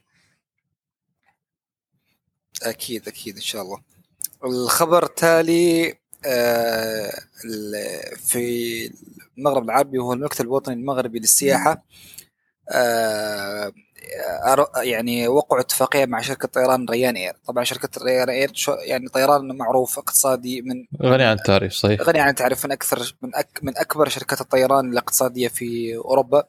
اكيد ان شاء الله. الخبر التالي في المغرب العربي وهو المكتب الوطني المغربي للسياحة، يعني وقعوا اتفاقية مع شركة طيران ريان اير. طبعا شركة ريان اير يعني طيران معروف اقتصادي، غني عن التعريف، صحيح، غني عن التعريف، من أكبر شركات الطيران الاقتصادية في أوروبا،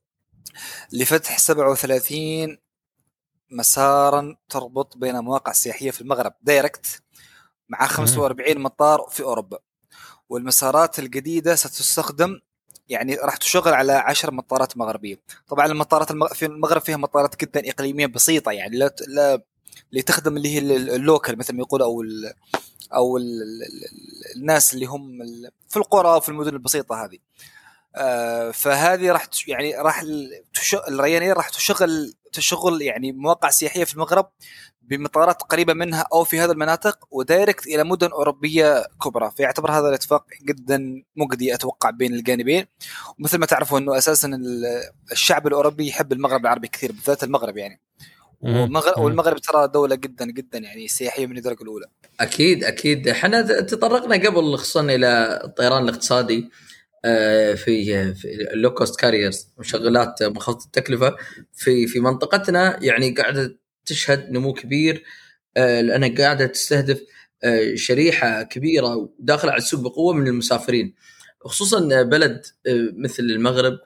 لفتح 37 مسارا تربط بين مواقع سياحية في المغرب دايركت، مع 45 مطار في أوروبا. والمسارات الجديدة ستستخدم، يعني راح تشغل على 10 مطارات مغربية. طبعا المطارات في المغرب فيها مطارات جدا إقليمية بسيطة، يعني لا اللي تخدم اللي هي اللوكل مثل ما يقول، أو الناس اللي هم في القرى وفي المدن البسيطة هذه. فهذه راح يعني الريانير راح تشغل يعني مواقع سياحية في المغرب بمطارات قريبة منها أو في هذه المناطق، ودايركت إلى مدن أوروبية كبرى. فيعتبر هذا الاتفاق جدا مجدي أتوقع بين الجانبين. ومثل ما تعرفوا أنه أساسا الشعب الأوروبي يحب المغرب العربي كثير، بالذات المغرب يعني. والمغرب ترى دولة جدا جدا يعني سياحية من الدرجة الأولى. أكيد احنا تطرقنا قبل خصوصا إلى الطيران الاقتصادي في اللوكوست كاريرز، مشغلات منخفضة التكلفة في منطقتنا، يعني قاعدة تشهد نمو كبير، لأنها قاعدة تستهدف شريحة كبيرة وداخل على السوق بقوة من المسافرين، خصوصا بلد مثل المغرب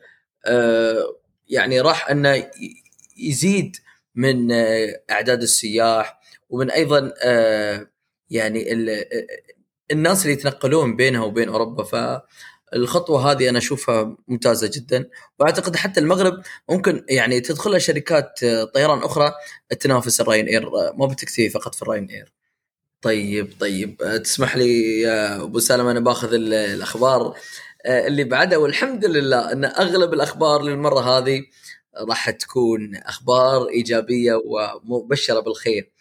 يعني راح أنه يزيد من أعداد السياح، ومن أيضا يعني الناس اللي يتنقلون بينها وبين أوروبا. فالخطوة هذه أنا أشوفها ممتازة جدا، وأعتقد حتى المغرب ممكن يعني تدخلها شركات طيران أخرى تنافس الراين إير، ما بتكتفي فقط في الراين إير. طيب تسمح لي يا أبو سالم أنا باخذ الأخبار اللي بعدها، والحمد لله أن أغلب الأخبار للمرة هذه راح تكون أخبار إيجابية ومبشرة بالخير.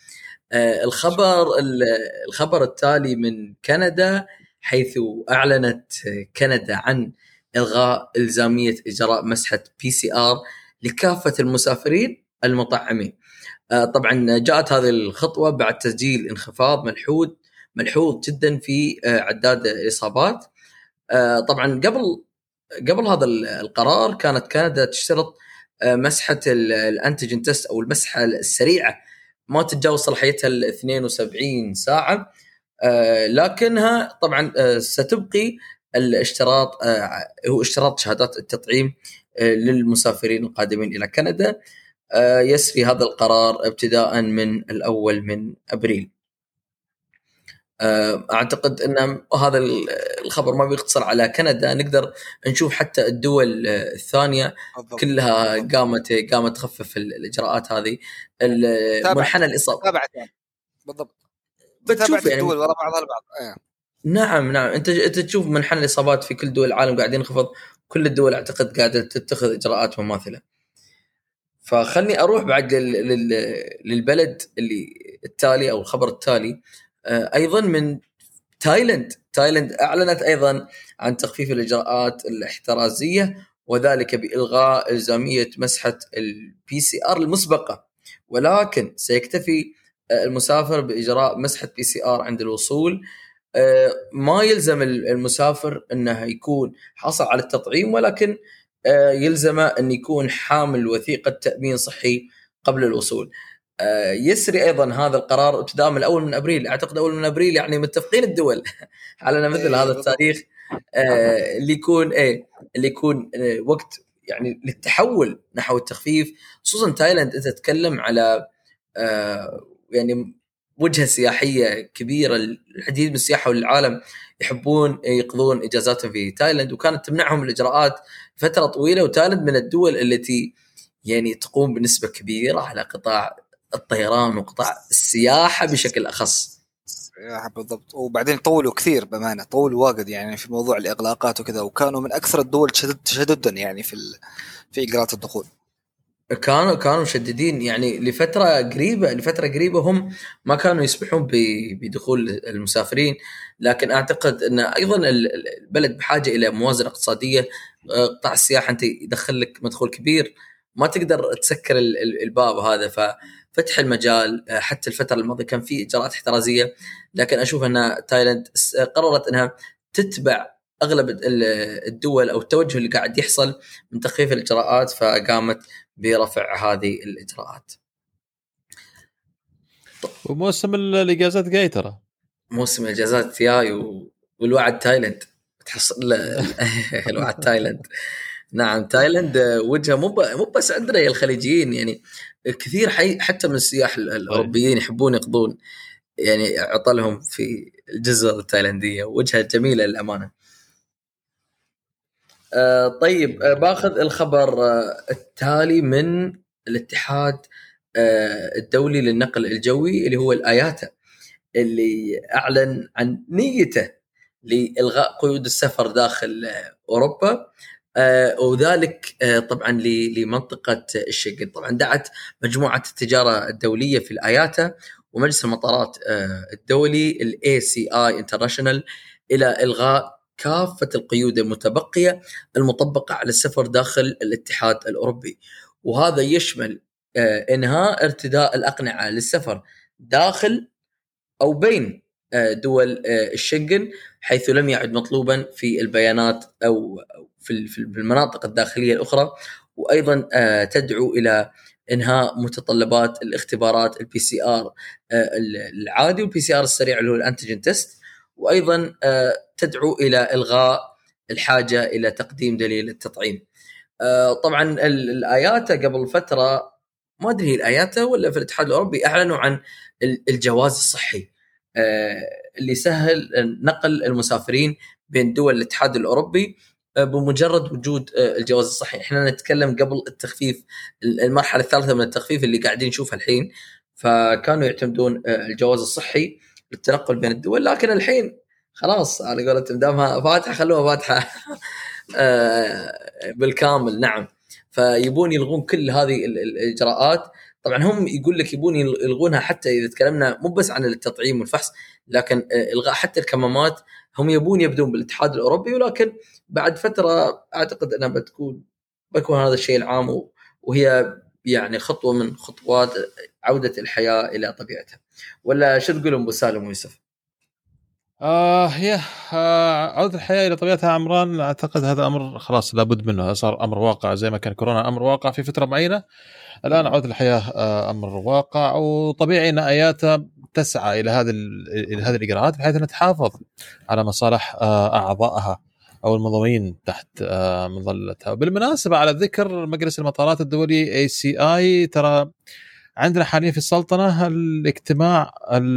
الخبر التالي من كندا، حيث أعلنت كندا عن إلغاء إلزامية إجراء مسحة PCR لكافة المسافرين المطعمين. طبعا جاءت هذه الخطوة بعد تسجيل انخفاض ملحوظ جدا في عداد الإصابات. طبعا قبل هذا القرار كانت كندا تشترط مسحة الأنتيجين تيست أو المسحة السريعة ما تتجاوز صلاحيتها 72 ساعة، لكنها طبعا ستبقي الاشتراط، هو اشتراط شهادات التطعيم للمسافرين القادمين إلى كندا. يسري هذا القرار ابتداء من 1 من أبريل. أعتقد أن هذا الخبر ما بيقتصر على كندا، نقدر نشوف حتى الدول الثانية كلها قامت تخفف الإجراءات هذه. المنحنى الإصابة بالضبط بتشوف يعني الدول وراء بعضها البعض. نعم أنت تشوف منحنى الإصابات في كل دول العالم قاعدين ينخفض، كل الدول أعتقد قاعدة تتخذ إجراءات مماثلة. فخلني أروح بعد للبلد اللي التالي أو الخبر التالي، أيضا من تايلاند أعلنت أيضا عن تخفيف الإجراءات الاحترازية، وذلك بإلغاء إلزامية مسحة PCR المسبقة، ولكن سيكتفي المسافر بإجراء مسحة PCR عند الوصول. ما يلزم المسافر أنه يكون حاصل على التطعيم، ولكن يلزم أن يكون حامل وثيقة تأمين صحي قبل الوصول. يسري أيضا هذا القرار ابتداء من 1 من أبريل. أعتقد 1 من أبريل يعني متفقين الدول على مثل هذا التاريخ اللي يكون وقت يعني للتحول نحو التخفيف، خصوصا تايلاند أنت تتكلم على يعني وجهة سياحية كبيرة، العديد من السياحة والعالم يحبون يقضون إجازاتهم في تايلاند، وكانت تمنعهم الإجراءات فترة طويلة. وتايلاند من الدول التي يعني تقوم بنسبة كبيرة على قطاع الطيران وقطاع السياحة بشكل أخص. بالضبط. وبعدين طولوا كثير بأمانة، طولوا واجد يعني في موضوع الإغلاقات وكذا، وكانوا من أكثر الدول تشددا يعني في إجراءات الدخول. كانوا مشددين يعني لفترة قريبة هم ما كانوا يسمحون بدخول المسافرين. لكن أعتقد أن أيضا البلد بحاجة إلى موازنة اقتصادية. قطاع السياحة أنت يدخل لك مدخول كبير، ما تقدر تسكر الباب هذا. فتح المجال. حتى الفترة الماضية كان في إجراءات احترازية، لكن أشوف أن تايلاند قررت أنها تتبع أغلب الدول أو التوجه اللي قاعد يحصل من تخفيف الإجراءات، فقامت برفع هذه الإجراءات. وموسم الإجازات جاي ترى، موسم الإجازات جاي والوعد تايلاند تحصل الوعد تايلاند. نعم تايلاند وجهه مو بس عندنا يا الخليجيين، يعني كثير حتى من السياح الأوروبيين يحبون يقضون يعني عطلهم في الجزر التايلاندية، وجهة جميلة للأمانة. طيب باخذ الخبر التالي من الاتحاد الدولي للنقل الجوي اللي هو الآياتا، اللي أعلن عن نيته لإلغاء قيود السفر داخل أوروبا، وذلك طبعا لمنطقة الشنغن. طبعا دعت مجموعة التجارة الدولية في الآياتا ومجلس المطارات الدولي ACI International إلى إلغاء كافة القيود المتبقية المطبقة على السفر داخل الاتحاد الأوروبي، وهذا يشمل إنهاء ارتداء الأقنعة للسفر داخل أو بين دول الشنغن، حيث لم يعد مطلوبا في البيانات أو في المناطق الداخلية الأخرى. وأيضا تدعو إلى إنهاء متطلبات الاختبارات PCR العادي والPCR السريع اللي هو الأنتيجين تيست، وأيضا تدعو إلى إلغاء الحاجة إلى تقديم دليل التطعيم. طبعا الآياتا قبل فترة، ما أدري الآياتا ولا في الاتحاد الأوروبي، أعلنوا عن الجواز الصحي اللي سهل نقل المسافرين بين دول الاتحاد الأوروبي بمجرد وجود الجواز الصحي. احنا نتكلم قبل التخفيف، المرحلة الثالثة من التخفيف اللي قاعدين نشوفها الحين، فكانوا يعتمدون الجواز الصحي للتنقل بين الدول، لكن الحين خلاص على قولتهم دامها فاتحة خلوها فاتحة بالكامل. نعم، فيبون يلغون كل هذه الإجراءات. طبعا هم يقول لك يبون يلغونها حتى إذا تكلمنا مو بس عن التطعيم والفحص، لكن إلغاء حتى الكمامات. هم يبون يبدون بالاتحاد الأوروبي، ولكن بعد فترة أعتقد أنها بيكون هذا الشيء العام، وهي يعني خطوة من خطوات عودة الحياة إلى طبيعتها. ولا شو تقولون أبو سالم ويوسف؟ هي عودة الحياة إلى طبيعتها عمران. أعتقد هذا أمر خلاص لابد منه، صار أمر واقع زي ما كان كورونا أمر واقع في فترة معينة. الآن عودة الحياة أمر واقع، وطبيعي أن آياتا تسعى إلى هذه الإجراءات بحيث أن تحافظ على مصالح أعضائها أو المنظمين تحت مظلتها. بالمناسبة على ذكر مجلس المطارات الدولي ACI، ترى عندنا حاليا في السلطنة الاجتماع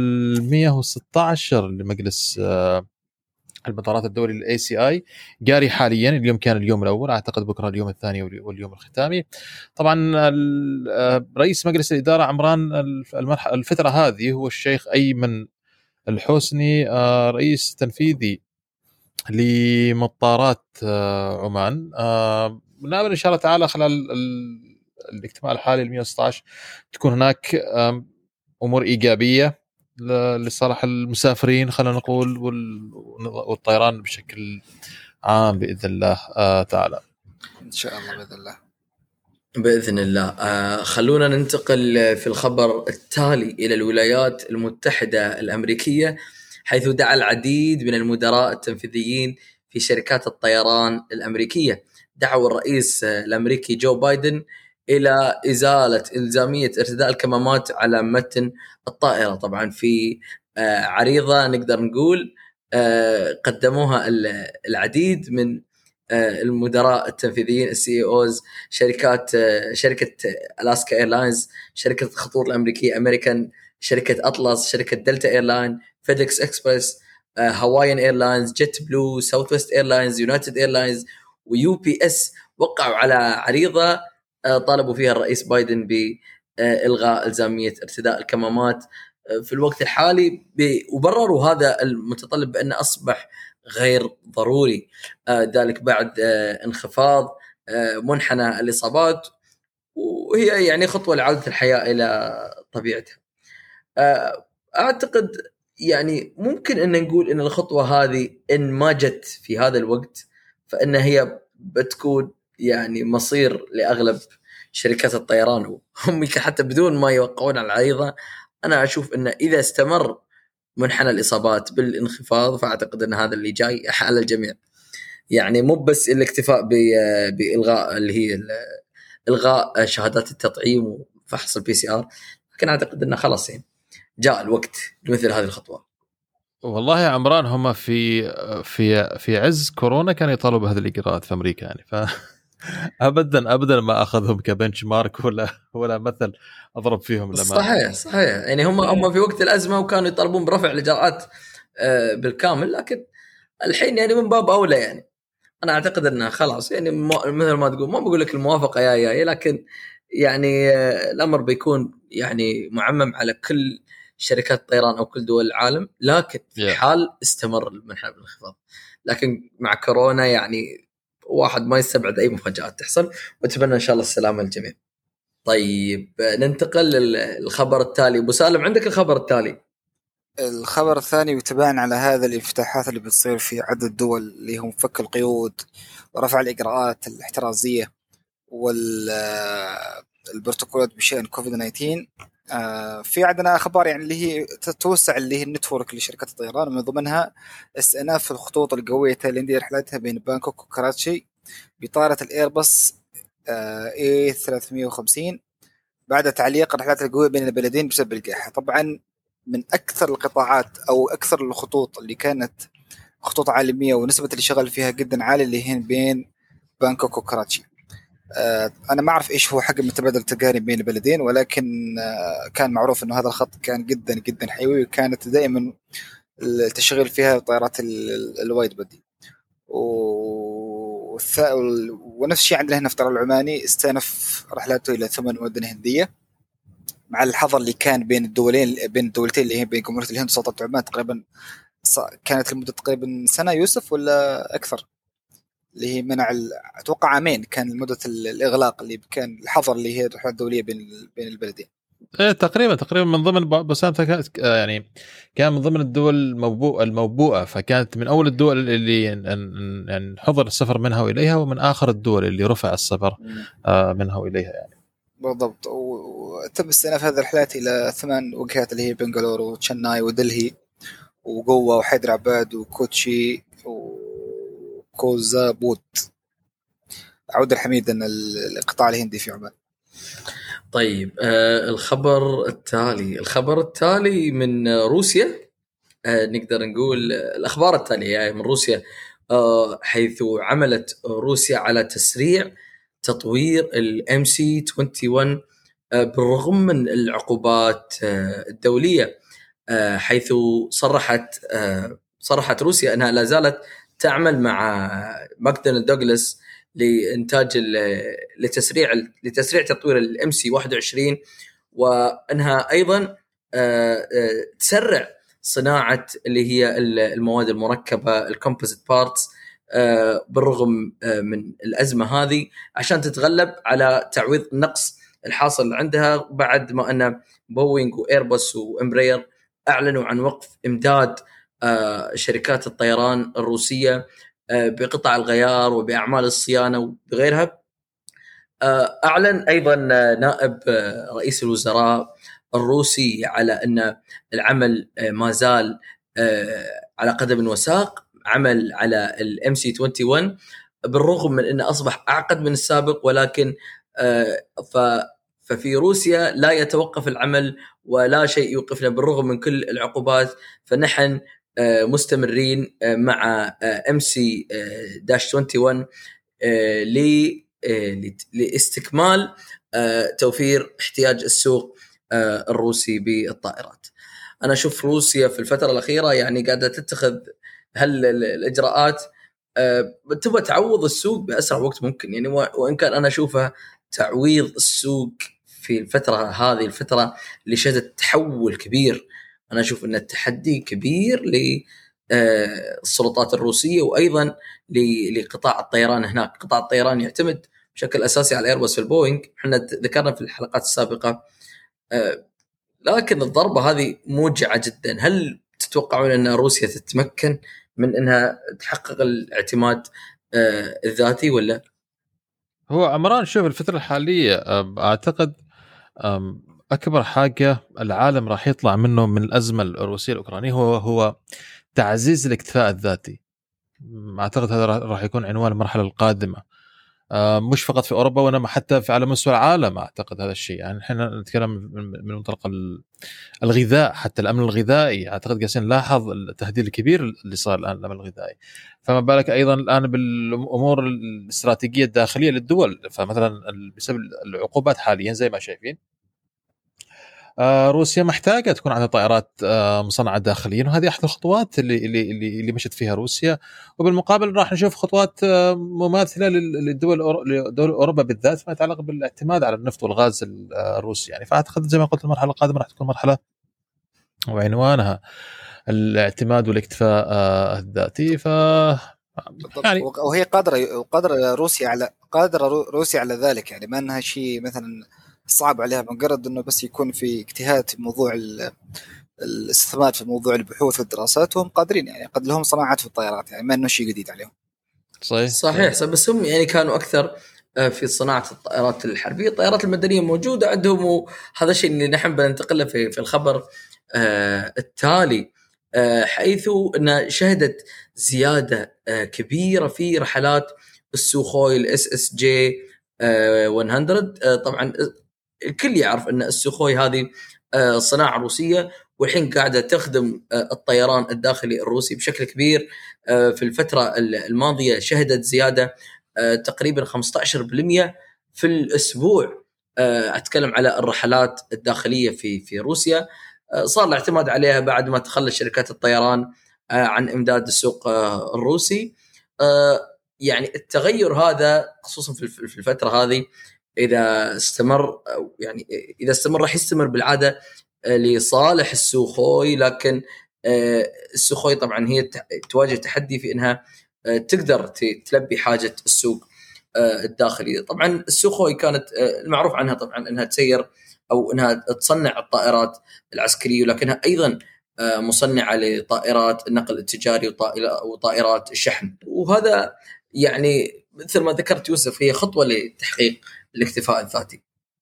116 لمجلس المطارات الدولي ACI جاري حاليا. اليوم كان اليوم الأول، أعتقد بكرة اليوم الثاني واليوم الختامي. طبعا رئيس مجلس الإدارة عمران الفترة هذه هو الشيخ أيمن الحسني، رئيس تنفيذي لمطارات عمان. نأمل إن شاء الله تعالى خلال الاجتماع الحالي 116 تكون هناك أمور إيجابية لصالح المسافرين خلينا نقول والطيران بشكل عام بإذن الله تعالى. إن شاء الله بإذن الله. بإذن الله. خلونا ننتقل في الخبر التالي إلى الولايات المتحدة الأمريكية، حيث دعا العديد من المدراء التنفيذيين في شركات الطيران الأمريكية، دعوا الرئيس الأمريكي جو بايدن إلى إزالة إلزامية ارتداء الكمامات على متن الطائرة. طبعا في عريضة نقدر نقول قدموها العديد من المدراء التنفيذيين CEOs شركة ألاسكا إيرلاينز، شركة الخطوط الأمريكية أمريكان، شركة أطلس، شركة دلتا إيرلاين، فيدكس إكسبرس، هوايان إيرلاينز، جيت بلو، ساوث ويست إيرلاينز، يونايتد إيرلاينز وUPS، وقعوا على عريضة طالبوا فيها الرئيس بايدن بإلغاء إلزامية ارتداء الكمامات في الوقت الحالي، وبرروا هذا المتطلب بأنه أصبح غير ضروري، ذلك بعد انخفاض منحنى الإصابات، وهي يعني خطوة لعودة الحياة إلى طبيعتها. أعتقد يعني ممكن أن نقول أن الخطوة هذه إن ما جت في هذا الوقت فإن هي بتكون يعني مصير لأغلب شركات الطيران هم حتى بدون ما يوقعون على العريضة. أنا أشوف أن إذا استمر منحنى الإصابات بالانخفاض فأعتقد أن هذا اللي جاي على الجميع. يعني مو بس الاكتفاء بإلغاء اللي هي إلغاء شهادات التطعيم وفحص البي سي آر، لكن أعتقد أنه خلاص يعني جاء الوقت لمثل هذه الخطوة. والله يا عمران هم في عز كورونا كانوا يطالبوا بهذه الإجراءات في أمريكا يعني ابدا ما اخذهم كبنش مارك ولا مثل اضرب فيهم لما صحيح يعني هم في وقت الازمه وكانوا يطالبون برفع الاجراءات بالكامل، لكن الحين يعني من باب اولى. يعني انا اعتقد انها خلاص يعني مثل ما تقول، ما بقول لك الموافقه يا لكن يعني الامر بيكون يعني معمم على كل شركات الطيران او كل دول العالم، لكن في حال استمر المنحنى بالانخفاض. لكن مع كورونا يعني واحد ما يستبعد أي مفاجآت تحصل، وأتمنى إن شاء الله السلامة للجميع. طيب ننتقل للخبر التالي. أبو سالم عندك الخبر التالي؟ الخبر الثاني وتباعا على هذا الافتتاحات اللي بتصير في عدد دول اللي هم فك القيود ورفع الإجراءات الاحترازية والبروتوكولات بشأن كوفيد 19. في عندنا أخبار يعني اللي هي تتوسع اللي هي النتورك لشركات الطيران، من ضمنها استئناف الخطوط القوية تايلاندية رحلاتها بين بانكوك وكراتشي بطائرة الإيرباص A350 بعد تعليق الرحلات القوية بين البلدين بسبب الجائحة. طبعا من أكثر القطاعات أو أكثر الخطوط اللي كانت خطوط عالمية ونسبة اللي شغل فيها جدا عالية اللي هي بين بانكوك وكراتشي. أنا ما أعرف إيش هو حجم التبادل التجاري بين البلدين، ولكن كان معروف إنه هذا الخط كان جدا جدا حيوي، وكانت دائما التشغيل فيها طائرات الوايد بدي. ونفس الشيء عندنا هنا في الطيران العماني استأنف رحلاته إلى 8 مدن هندية مع الحظر اللي كان بين الدولتين اللي هي بين جمهورية الهند وسلطنة عمان. تقريبا كانت المدة تقريبا سنة يوسف ولا أكثر، اللي هي منع أتوقع عامين كان مدة الإغلاق اللي كان الحظر اللي هي الرحلات الدولية بين البلدين. تقريبا من ضمن بسانتا يعني كان من ضمن الدول الموبوءة، فكانت من أول الدول اللي يعني حظر السفر منها وإليها، ومن آخر الدول اللي رفع السفر منها وإليها يعني. بالضبط. وتم استئناف هذه الرحلات إلى 8 وجهات اللي هي بنغالورو وتشناي ودلهي وجوة وحيدراباد وكوتشي وكوزابود. عود الحميد أن القطاع الهندي في عمان. طيب الخبر التالي من روسيا. نقدر نقول الأخبار التالية يعني من روسيا، حيث عملت روسيا على تسريع تطوير MC-21 بالرغم من العقوبات الدولية، حيث صرحت روسيا أنها لا زالت تعمل مع ماكدونالد دوغلاس لإنتاج لتسريع تطوير MC-21، وأنها أيضا تسرع صناعة اللي هي المواد المركبة الكومبوزيت بارتس بالرغم من الأزمة هذه، عشان تتغلب على تعويض النقص الحاصل عندها بعد ما أن بوينغ وإيرباص وإمبراير أعلنوا عن وقف إمداد شركات الطيران الروسية بقطع الغيار وبأعمال الصيانة وبغيرها. أعلن أيضا نائب رئيس الوزراء الروسي على أن العمل ما زال على قدم وساق، عمل على MC-21 بالرغم من أنه أصبح أعقد من السابق، ولكن ففي روسيا لا يتوقف العمل ولا شيء يوقفنا بالرغم من كل العقوبات. فنحن مستمرين مع MC-21 لاستكمال توفير احتياج السوق الروسي بالطائرات. أنا أشوف روسيا في الفترة الأخيرة يعني قاعدة تتخذ الإجراءات تبغى تعوض السوق بأسرع وقت ممكن يعني، وإن كان أنا أشوفها تعويض السوق في الفترة هذه، الفترة اللي شهدت تحول كبير. أنا أشوف أن التحدي كبير للسلطات الروسية وأيضا لقطاع الطيران هناك. قطاع الطيران يعتمد بشكل أساسي على إيرباص والبوينغ، احنا ذكرنا في الحلقات السابقة، لكن الضربة هذه موجعة جدا. هل تتوقعون أن روسيا تتمكن من أنها تحقق الاعتماد الذاتي ولا؟ هو عمران شوف الفترة الحالية أعتقد أكبر حاجة العالم راح يطلع منه من الأزمة الروسية الأوكرانية هو تعزيز الاكتفاء الذاتي. أعتقد هذا راح يكون عنوان المرحلة القادمة، مش فقط في أوروبا وإنما حتى على مستوى العالم. أعتقد هذا الشيء، يعني إحنا نتكلم من منطلق الغذاء، حتى الأمن الغذائي. أعتقد قاعدين نلاحظ التهديد الكبير اللي صار الآن الأمن الغذائي، فما بالك أيضا الآن بالأمور الاستراتيجية الداخلية للدول. فمثلا بسبب العقوبات حاليا زي ما شايفين، روسيا محتاجة تكون عندها طائرات مصنعة داخليا، وهذه أحد الخطوات اللي مشت فيها روسيا. وبالمقابل راح نشوف خطوات مماثلة لدول أوروبا بالذات ما يتعلق بالاعتماد على النفط والغاز الروسي. يعني فأعتقد زي ما قلت المرحلة القادمة راح تكون مرحلة وعنوانها الاعتماد والاكتفاء الذاتي. يعني وهي قادرة روسيا على ذلك، يعني ما أنها شيء مثلا صعب عليها، مجرد انه بس يكون في اجتهاد في موضوع الاستثمار في موضوع البحوث والدراسات، وهم قادرين يعني قد لهم صناعات في الطائرات، يعني ما انه شيء جديد عليهم. صحيح. بس هم يعني كانوا اكثر في صناعه الطائرات الحربيه. الطائرات المدنيه موجوده عندهم، وهذا الشيء اللي نحن بننتقله في الخبر التالي، حيث ان شهدت زياده كبيره في رحلات السوخوي الاس اس جي 100. طبعا الكل يعرف ان السوخوي هذه صناعه روسيه، والحين قاعده تخدم الطيران الداخلي الروسي بشكل كبير. في الفتره الماضيه شهدت زياده تقريبا 15% في الاسبوع. اتكلم على الرحلات الداخليه في روسيا. صار الاعتماد عليها بعد ما تخلت شركات الطيران عن امداد السوق الروسي. يعني التغير هذا خصوصا في الفتره هذه اذا استمر، يعني اذا استمر راح يستمر بالعاده لصالح السوخوي. لكن السوخوي طبعا هي تواجه تحدي في انها تقدر تلبي حاجه السوق الداخلي. طبعا السوخوي كانت المعروف عنها طبعا انها تسير او انها تصنع الطائرات العسكريه، ولكنها ايضا مصنعه لطائرات النقل التجاري وطائرات الشحن. وهذا يعني مثل ما ذكرت يوسف هي خطوه لتحقيق الاكتفاء الذاتي.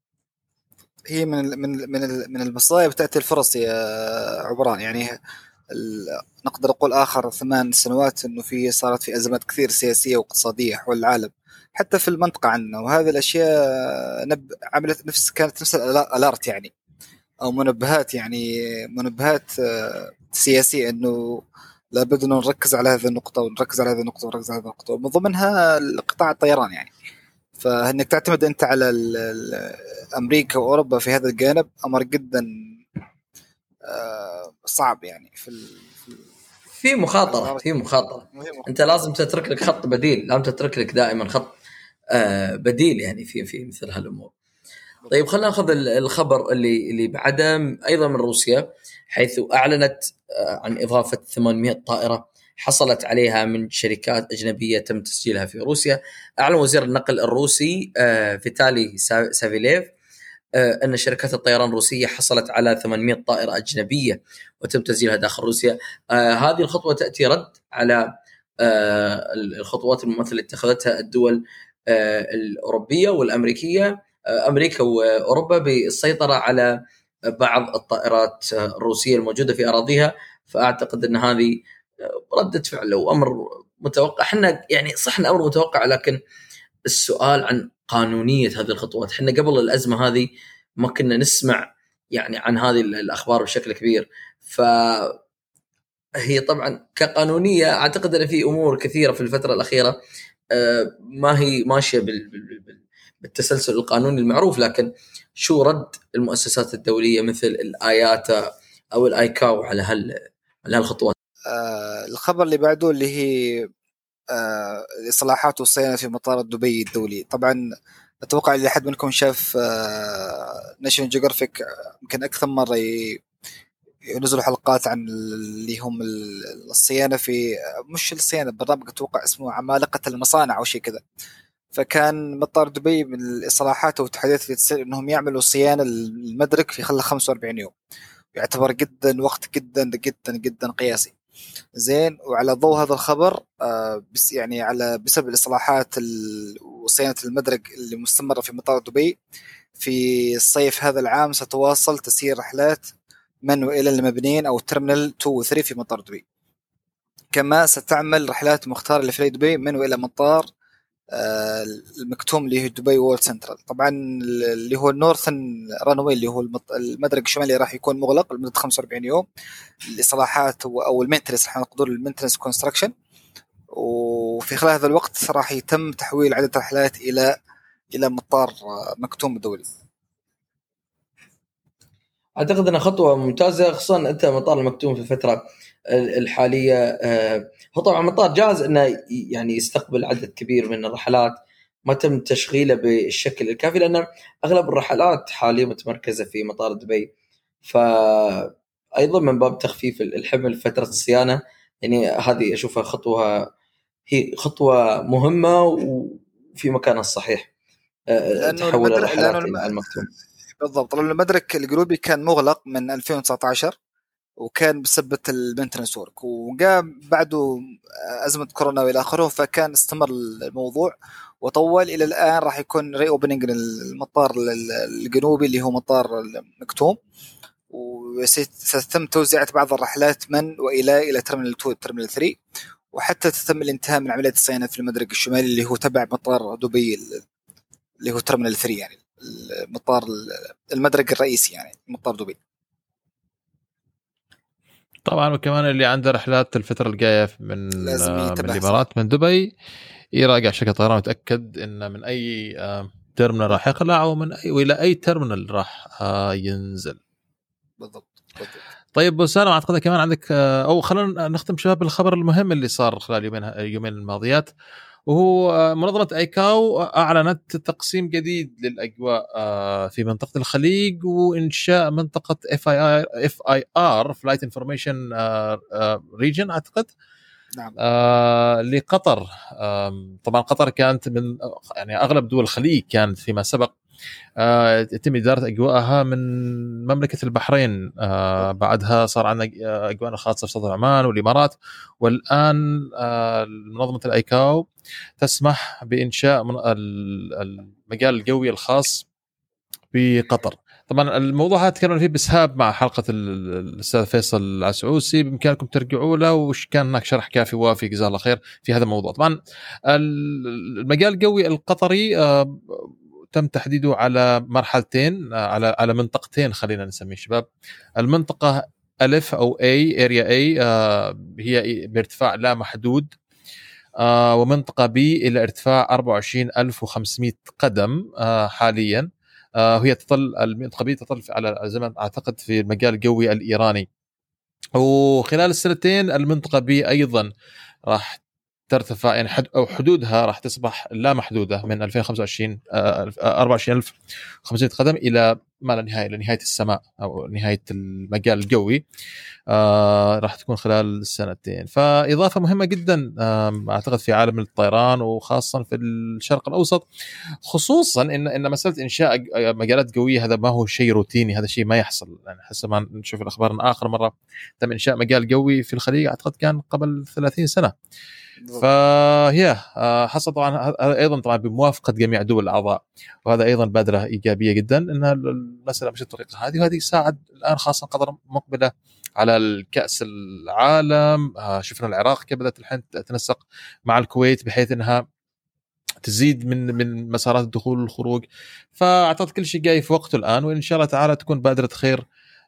هي من المصايب تأتي الفرص يا عبران. يعني نقدر نقول آخر 8 سنوات أنه صارت في أزمات كثير سياسية واقتصادية حول العالم، حتى في المنطقة عندنا، وهذه الأشياء عملت كانت نفس الألارت يعني، أو منبهات، يعني منبهات سياسية أنه لابد أن نركز على هذه النقطة ونركز على هذه النقطة ونركز على هذه النقطة، ومن ضمنها قطاع الطيران. يعني فإنك تعتمد أنت على أمريكا وأوروبا في هذا الجانب أمر جدا صعب، يعني في مخاطرة. أنت لازم تترك لك خط بديل، لازم تترك لك دائما خط بديل يعني في مثل هالأمور. طيب خلينا ناخذ الخبر اللي بعده أيضا من روسيا، حيث أعلنت عن إضافة 800 طائرة حصلت عليها من شركات أجنبية تم تسجيلها في روسيا. أعلن وزير النقل الروسي فيتالي سافيليف أن شركات الطيران الروسية حصلت على 800 طائرة أجنبية وتم تسجيلها داخل روسيا. هذه الخطوة تأتي رد على الخطوات المماثلة اللي اتخذتها الدول الأوروبية والأمريكية، أمريكا وأوروبا، بالسيطرة على بعض الطائرات الروسية الموجودة في أراضيها. فأعتقد أن هذه ردة فعل وأمر متوقع. احنا يعني صحنا أمر متوقع، لكن السؤال عن قانونية هذه الخطوات. احنا قبل الأزمة هذه ما كنا نسمع يعني عن هذه الأخبار بشكل كبير. فهي طبعا كقانونية أعتقد أن في أمور كثيرة في الفترة الأخيرة ما هي ماشية بالتسلسل القانوني المعروف. لكن شو رد المؤسسات الدولية مثل الآياتا أو الآيكاو على هالخطوات؟ الخبر اللي بعده اللي هي الإصلاحات والصيانة في مطار دبي الدولي. طبعا أتوقع اللي حد منكم شاف ناشونال جيوغرافيك يمكن أكثر مرة ينزلوا حلقات عن اللي هم الصيانة في مش الصيانة، برنامج أتوقع اسمه عمالقة المصانع أو شيء كذا. فكان مطار دبي من الإصلاحات والتحديثات اللي تصير إنهم يعملوا صيانة المدرك في خلال 45 يوم. يعتبر جدا وقت جدا جدا جدا قياسي. زين. وعلى ضوء هذا الخبر بس يعني بسبب الإصلاحات وصيانة المدرج اللي مستمرة في مطار دبي، في الصيف هذا العام ستواصل تسيير رحلات من وإلى المبنيين أو الترمينال 2 و 3 في مطار دبي. كما ستعمل رحلات مختارة لفري دبي من وإلى مطار المكتوم اللي هو دبي وورلد سنترال. طبعا اللي هو النورثن رانوي اللي هو المدرج الشمالي راح يكون مغلق لمدة 45 يوم الإصلاحات أو المينتنس، راح نقدر المينتنس كونستراكشن. وفي خلال هذا الوقت راح يتم تحويل عدد الرحلات إلى مطار مكتوم دولي. اعتقد انها خطوه ممتازه، خصوصا انت مطار المكتوم في الفتره الحاليه هو طبعا مطار جاهز انه يعني يستقبل عدد كبير من الرحلات، ما تم تشغيله بالشكل الكافي لان اغلب الرحلات حاليا متمركزه في مطار دبي. فايضا من باب تخفيف الحمل فتره الصيانه، يعني هذه اشوفها هي خطوه مهمه وفي مكانها الصحيح. تحول الرحلات الى المكتوم. بالضبط، لأن المدرك الجروبي كان مغلق من 2019 وكان بسبب المينتنس ورك، وجاء بعده أزمة كورونا وإلى آخره، فكان استمر الموضوع وطول إلى الآن. راح يكون ري أوبننج المطار الجنوبي اللي هو مطار مكتوم، وستتم توزيع بعض الرحلات من وإلى ترمينال 2 ترمينال 3، وحتى تتم الانتهاء من عملية الصيانة في المدرج الشمالي اللي هو تبع مطار دبي اللي هو ترمينال 3، يعني المطار المدرج الرئيسي يعني مطار دبي. طبعا وكمان اللي عنده رحلات الفترة الجاية من الإمارات من دبي يراجع شركة طيران ويتأكد إن من أي ترمينال راح يقلع ومن أي وإلى أي ترمينال راح ينزل. بالضبط. طيب وسالم، أعتقد كمان عندك أو خلينا نختم شباب بالخبر المهم اللي صار خلال يومين الماضيات، وهو منظمة ايكاو أعلنت تقسيم جديد للأجواء في منطقة الخليج وإنشاء منطقة FIR Flight Information Region أعتقد. نعم. لقطر. طبعا قطر كانت من يعني أغلب دول الخليج كانت فيما سبق يتم إدارة أجواءها من مملكة البحرين، بعدها صار عندنا أجواء خاصة في سلطنة عمان والإمارات، والآن منظمة الأيكاو تسمح بإنشاء المجال الجوي الخاص بقطر. طبعا الموضوع هذا تكلمنا فيه بسهاب مع حلقة الأستاذ فيصل العسعوسي، بإمكانكم ترجعوا له، وش كان هناك شرح كافي وافي جزاه الله خير في هذا الموضوع. طبعا المجال الجوي القطري تم تحديده على مرحلتين، على منطقتين خلينا نسميه شباب. المنطقة ألف أو A Area A هي بارتفاع لا محدود، ومنطقة B إلى ارتفاع 24500 قدم حاليا. هي المنطقة B تطل على زمن أعتقد في المجال الجوي الإيراني، وخلال السنتين المنطقة B أيضا راح ترتفع، يعني حدودها راح تصبح لا محدودة من 2025 24500 قدم إلى ما لا نهاية، لنهاية السماء أو نهاية المجال الجوي. راح تكون خلال السنتين، فإضافة مهمة جدا أعتقد في عالم الطيران وخاصة في الشرق الأوسط، خصوصا إن مسألة إنشاء مجالات جوية هذا ما هو شيء روتيني، هذا شيء ما يحصل. يعني حسب ما نشوف الأخبار أن آخر مرة تم إنشاء مجال جوي في الخليج أعتقد كان قبل 30 سنة. فهي حصل طبعا ايضا طبعا بموافقه جميع دول الاعضاء، وهذا ايضا بادره ايجابيه جدا ان المساله مشت بالطريقه هذه، وهذه ساعد الان خاصه قطر مقبله على الكاس العالم. شفنا العراق كيف بدات الحين تنسق مع الكويت بحيث انها تزيد من مسارات الدخول والخروج. فاعتقد كل شيء جاي في وقته الان، وان شاء الله تعالى تكون بادره خير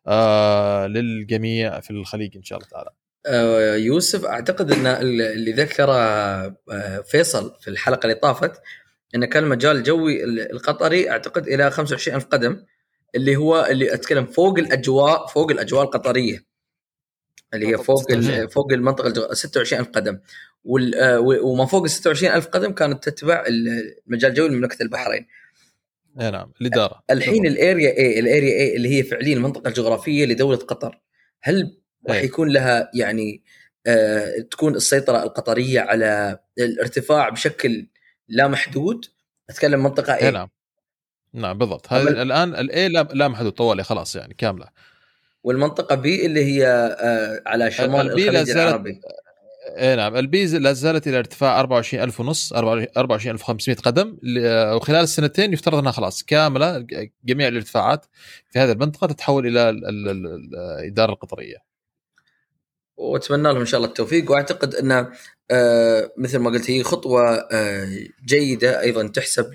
للجميع في الخليج ان شاء الله تعالى. يوسف، أعتقد أن اللي ذكره فيصل في الحلقة اللي طافت أن كان المجال الجوي القطري أعتقد إلى 25,000 قدم، اللي هو اللي أتكلم فوق الأجواء القطرية اللي هي فوق المنطقة 26,000 قدم، وما فوق 26,000 قدم كانت تتبع المجال الجوي لمملكة البحرين. نعم الإدارة. الحين الاريا اي اللي هي فعليا المنطقة الجغرافية لدولة قطر، هل راح يكون لها يعني تكون السيطرة القطرية على الارتفاع بشكل لا محدود؟ أتكلم منطقة A. نعم بالضبط. هذه الآن الA لا محدود طوالي خلاص يعني كاملة. والمنطقة بي اللي هي على شمال الخليج العربي. نعم، البيز لا زالت إلى ارتفاع 24,500 قدم، وخلال السنتين يفترض أنها خلاص كاملة جميع الارتفاعات في هذه المنطقة تتحول إلى الإدارة القطرية، وأتمنى لهم إن شاء الله التوفيق. وأعتقد أن مثل ما قلت هي خطوة جيدة أيضا تحسب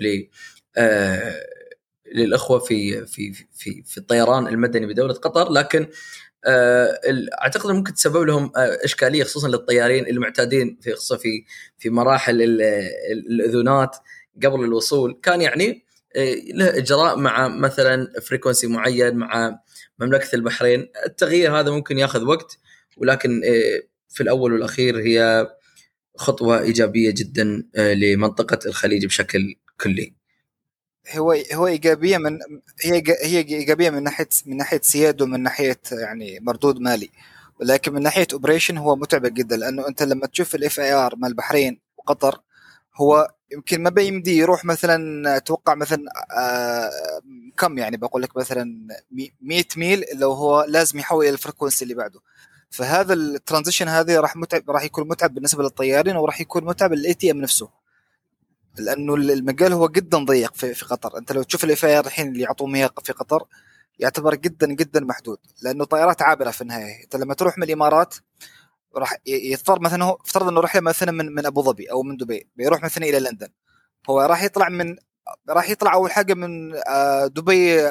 للأخوة في الطيران المدني بدولة قطر، لكن اعتقد ممكن تسبب لهم اشكاليه خصوصا للطيارين المعتادين في مراحل الاذونات قبل الوصول. كان يعني له اجراء مع مثلا فريكونسي معين مع مملكه البحرين، التغيير هذا ممكن ياخذ وقت، ولكن في الاول والاخير هي خطوه ايجابيه جدا لمنطقه الخليج بشكل كلي. هو ايجابيه هي ايجابيه من ناحيه سياده، ومن ناحيه يعني مردود مالي، ولكن من ناحيه اوبريشن هو متعب جدا. لانه انت لما تشوف الاف اي ار مع البحرين وقطر، هو يمكن ما بيمدي يروح مثلا اتوقع مثلا كم يعني بقول لك مثلا 100 ميل لو هو لازم يحول الى الفريكونسي اللي بعده. فهذا الترانزيشن هذه راح يكون متعب بالنسبه للطيارين، وراح يكون متعب للاي تي ام نفسه، لانه المجال هو جدا ضيق في قطر. انت لو تشوف الاف اي الحين اللي يعطوه مياه في قطر يعتبر جدا جدا محدود، لانه طائرات عابره في النهايه. انت لما تروح من الامارات راح يضطر مثلا، هو افترض انه رحله مثلا من ابو ظبي او من دبي، بيروح مثلا الى لندن، هو راح يطلع اول حاجه من دبي،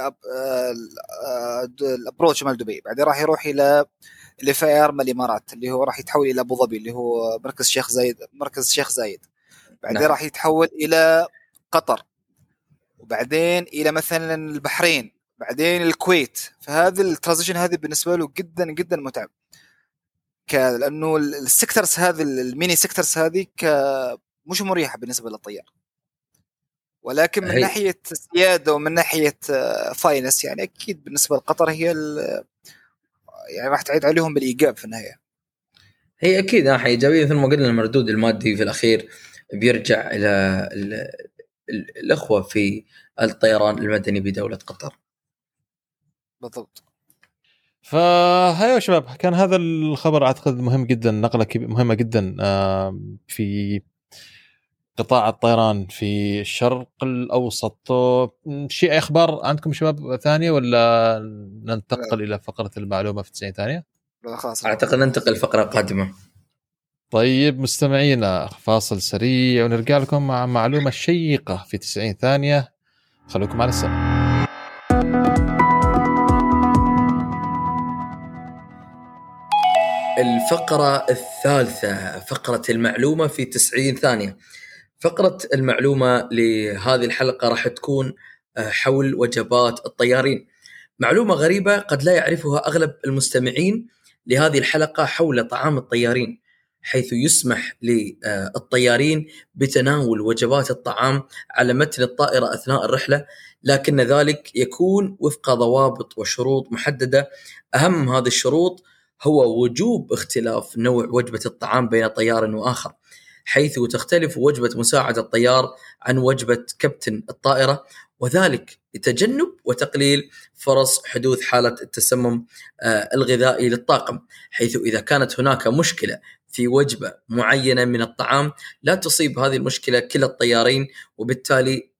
الابروتش مال دبي، بعدين راح يروح الى الاف اي ار مال الامارات اللي هو راح يتحول الى ابو ظبي اللي هو مركز الشيخ زايد، بعدين راح يتحول الى قطر، وبعدين الى مثلا البحرين، بعدين الكويت. فهذا الترانزيشن هذه بالنسبه له جدا جدا متعب، لانه السيكتورز هذه الميني سيكتورز هذه مش مريحه بالنسبه للطيار. ولكن من ناحيه سياده ومن ناحيه فاينس يعني اكيد بالنسبه لقطر هي يعني راح تعيد عليهم بالايجاب في النهايه. هي اكيد ناحيه ايجابيه مثل ما قلنا، المردود المادي في الاخير بيرجع الى الاخوه في الطيران المدني بدوله قطر. بالضبط. فهيا يا شباب، كان هذا الخبر اعتقد مهم جدا، نقله مهمه جدا في قطاع الطيران في الشرق الاوسط. شيء اخبار عندكم شباب ثانيه ولا ننتقل الى فقره المعلومه في 90 ثانيه؟ خلاص اعتقد ننتقل لفقره قادمه. طيب مستمعينا، فاصل سريع ونرجع لكم مع معلومه شيقه في 90 ثانيه، خليكم على السمع. الفقرة الثالثة، فقرة المعلومة في 90 ثانية. فقرة المعلومة لهذه الحلقة راح تكون حول وجبات الطيارين. معلومة غريبة قد لا يعرفها أغلب المستمعين لهذه الحلقة حول طعام الطيارين، حيث يسمح للطيارين بتناول وجبات الطعام على متن الطائرة أثناء الرحلة، لكن ذلك يكون وفق ضوابط وشروط محددة. أهم هذه الشروط هو وجوب اختلاف نوع وجبة الطعام بين طيار وآخر، حيث تختلف وجبة مساعد الطيار عن وجبة كابتن الطائرة، وذلك لتجنب وتقليل فرص حدوث حالة التسمم الغذائي للطاقم، حيث إذا كانت هناك مشكلة في وجبة معينة من الطعام لا تصيب هذه المشكلة كلا الطيارين، وبالتالي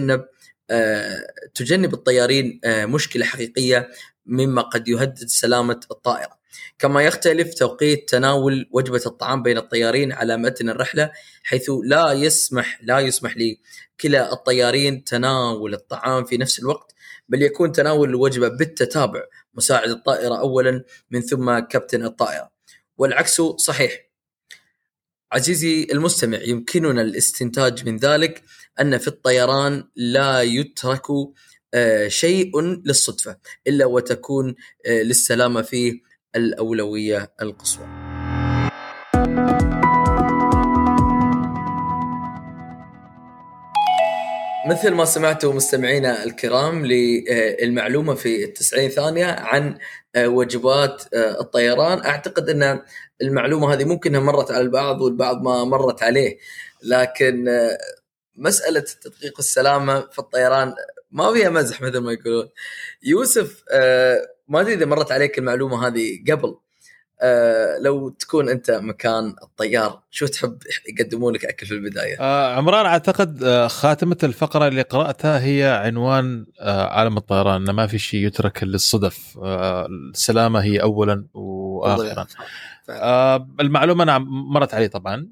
تجنب الطيارين مشكلة حقيقية مما قد يهدد سلامة الطائرة. كما يختلف توقيت تناول وجبة الطعام بين الطيارين على متن الرحلة، حيث لا يسمح لكلا الطيارين تناول الطعام في نفس الوقت، بل يكون تناول الوجبة بالتتابع، مساعد الطائرة أولا من ثم كابتن الطائرة، والعكس صحيح. عزيزي المستمع، يمكننا الاستنتاج من ذلك أن في الطيران لا يترك شيء للصدفة، إلا وتكون للسلامة فيه الأولوية القصوى. مثل ما سمعتوا مستمعينا الكرام للمعلومة في 90 ثانية عن وجبات الطيران، أعتقد أن المعلومة هذه ممكنها مرت على البعض والبعض ما مرت عليه، لكن مسألة تدقيق السلامة في الطيران ما فيها مزح مثل ما يقولون. يوسف، ما ادري اذا مرت عليك المعلومه هذه قبل. لو تكون انت مكان الطيار شو تحب يقدمون لك اكل في البدايه؟ عمران اعتقد خاتمه الفقره اللي قراتها هي عنوان عالم الطيران، ان ما في شيء يترك للصدف، السلامه هي اولا واخرا. المعلومه انا مرت علي طبعا.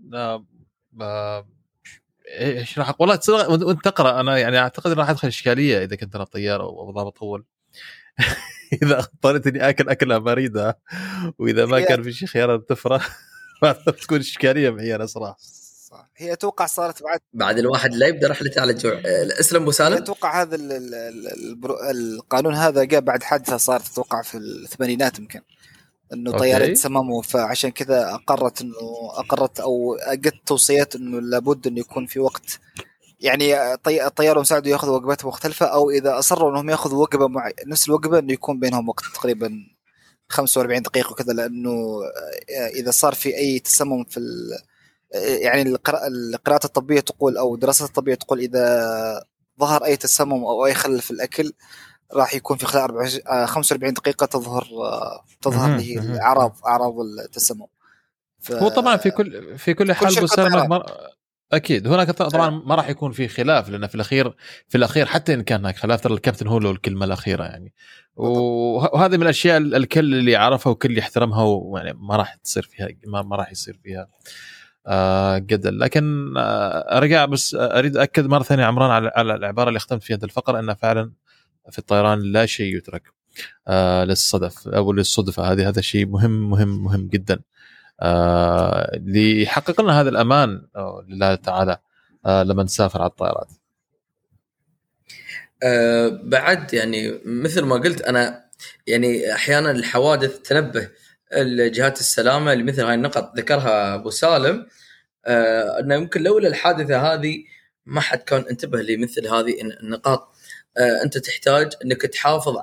ايش راح اقول وانت تقرا؟ انا يعني اعتقد راح ادخل اشكاليه اذا كنت انا طيار او ضابط اول اذا اضطريت اني اكل اكله بارده واذا ما كان في شيء خيار التفره تكون اشكاليه معي انا صراحه. هي اتوقع صارت بعد الواحد لا يبدا رحلته على الجوع. اسلم ابو سالم. اتوقع هذا القانون هذا جاء بعد حادثه صارت اتوقع في الثمانينات يمكن، انه طيارين تسمموا، فعشان كذا اقرت او اجت توصيات انه لابد انه يكون في وقت، يعني الطيار ومساعده ياخذوا وجبات مختلفه، او اذا اصروا انهم ياخذوا وجبه نفس الوجبه انه يكون بينهم وقت تقريبا 45 دقيقه وكذا، لانه اذا صار في اي تسمم في يعني القراءات الطبيه تقول او الدراسات الطبيه تقول اذا ظهر اي تسمم او اي خلل في الاكل راح يكون في خلال 45 دقيقه تظهر له اعراض التسمم. هو طبعا في كل حال بسالم اكيد هناك طبعا ما راح يكون في خلاف، لان في الاخير حتى ان كان هناك خلاف ترى الكابتن هو له الكلمه الاخيره يعني. وهذه من الاشياء الكل اللي يعرفها وكل يحترمها، ويعني ما راح تصير فيها ما راح يصير فيها جدل. لكن ارجع بس اريد اكد مره ثانيه عمران على العباره اللي ختمت فيها هذه الفقره، ان فعلا في الطيران لا شيء يترك للصدف او للصدفه. هذا شيء مهم جدا ليحقق لنا هذا الأمان لله تعالى لما نسافر على الطائرات. بعد يعني مثل ما قلت أنا، يعني أحيانا الحوادث تنبه الجهات السلامة لمثل هاي النقط ذكرها أبو سالم، أنه يمكن لولا الحادثة هذه ما حد كان انتبه لمثل هذه النقاط. أنت تحتاج أنك تحافظ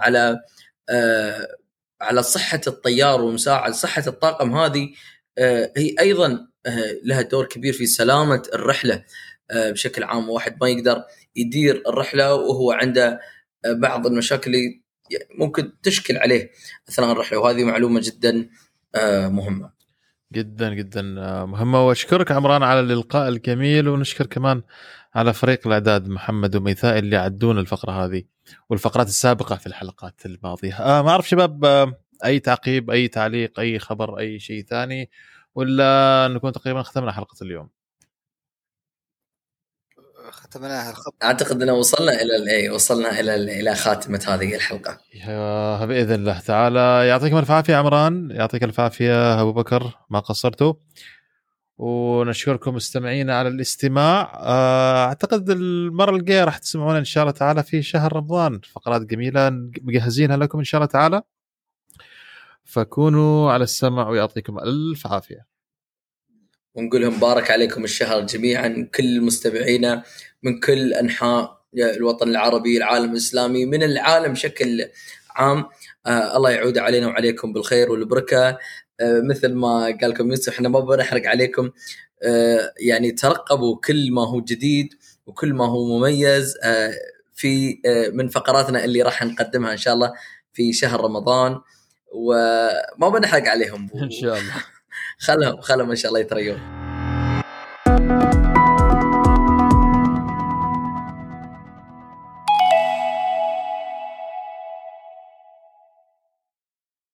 على صحة الطيار ومساعد صحة الطاقم. هذه هي أيضا لها دور كبير في سلامة الرحلة بشكل عام. واحد ما يقدر يدير الرحلة وهو عنده بعض المشاكل ممكن تشكل عليه أثناء الرحلة، وهذه معلومة جدا مهمة جدا مهمة. وأشكرك عمران على اللقاء الجميل، ونشكر كمان على فريق الإعداد محمد وميثاء اللي عدون الفقرة هذه والفقرات السابقة في الحلقات الماضية. ما أعرف شباب أي تعقيب، أي تعليق، أي خبر، أي شيء ثاني، ولا نكون تقريبا ختمنا حلقة اليوم؟ ختمناها. أعتقد أننا وصلنا إلى خاتمة هذه الحلقة بإذن الله تعالى. يعطيكم الف عافية عمران، يعطيك الف عافية أبو بكر، ما قصرتوا. ونشكركم مستمعينا على الاستماع. أعتقد المرة الجاية راح تسمعونا إن شاء الله تعالى في شهر رمضان فقرات جميلة مجهزينها لكم إن شاء الله تعالى، فكونوا على السمع ويعطيكم ألف عافية. ونقول لهم بارك عليكم الشهر جميعا، كل مستمعينا من كل أنحاء الوطن العربي، العالم الإسلامي، من العالم بشكل عام. الله يعود علينا وعليكم بالخير والبركة. مثل ما قال لكم يوسف، احنا ما بنحرق عليكم، يعني ترقبوا كل ما هو جديد وكل ما هو مميز في من فقراتنا اللي راح نقدمها إن شاء الله في شهر رمضان، وما بنحرق عليهم إن شاء الله. خلهم إن شاء الله يتريون.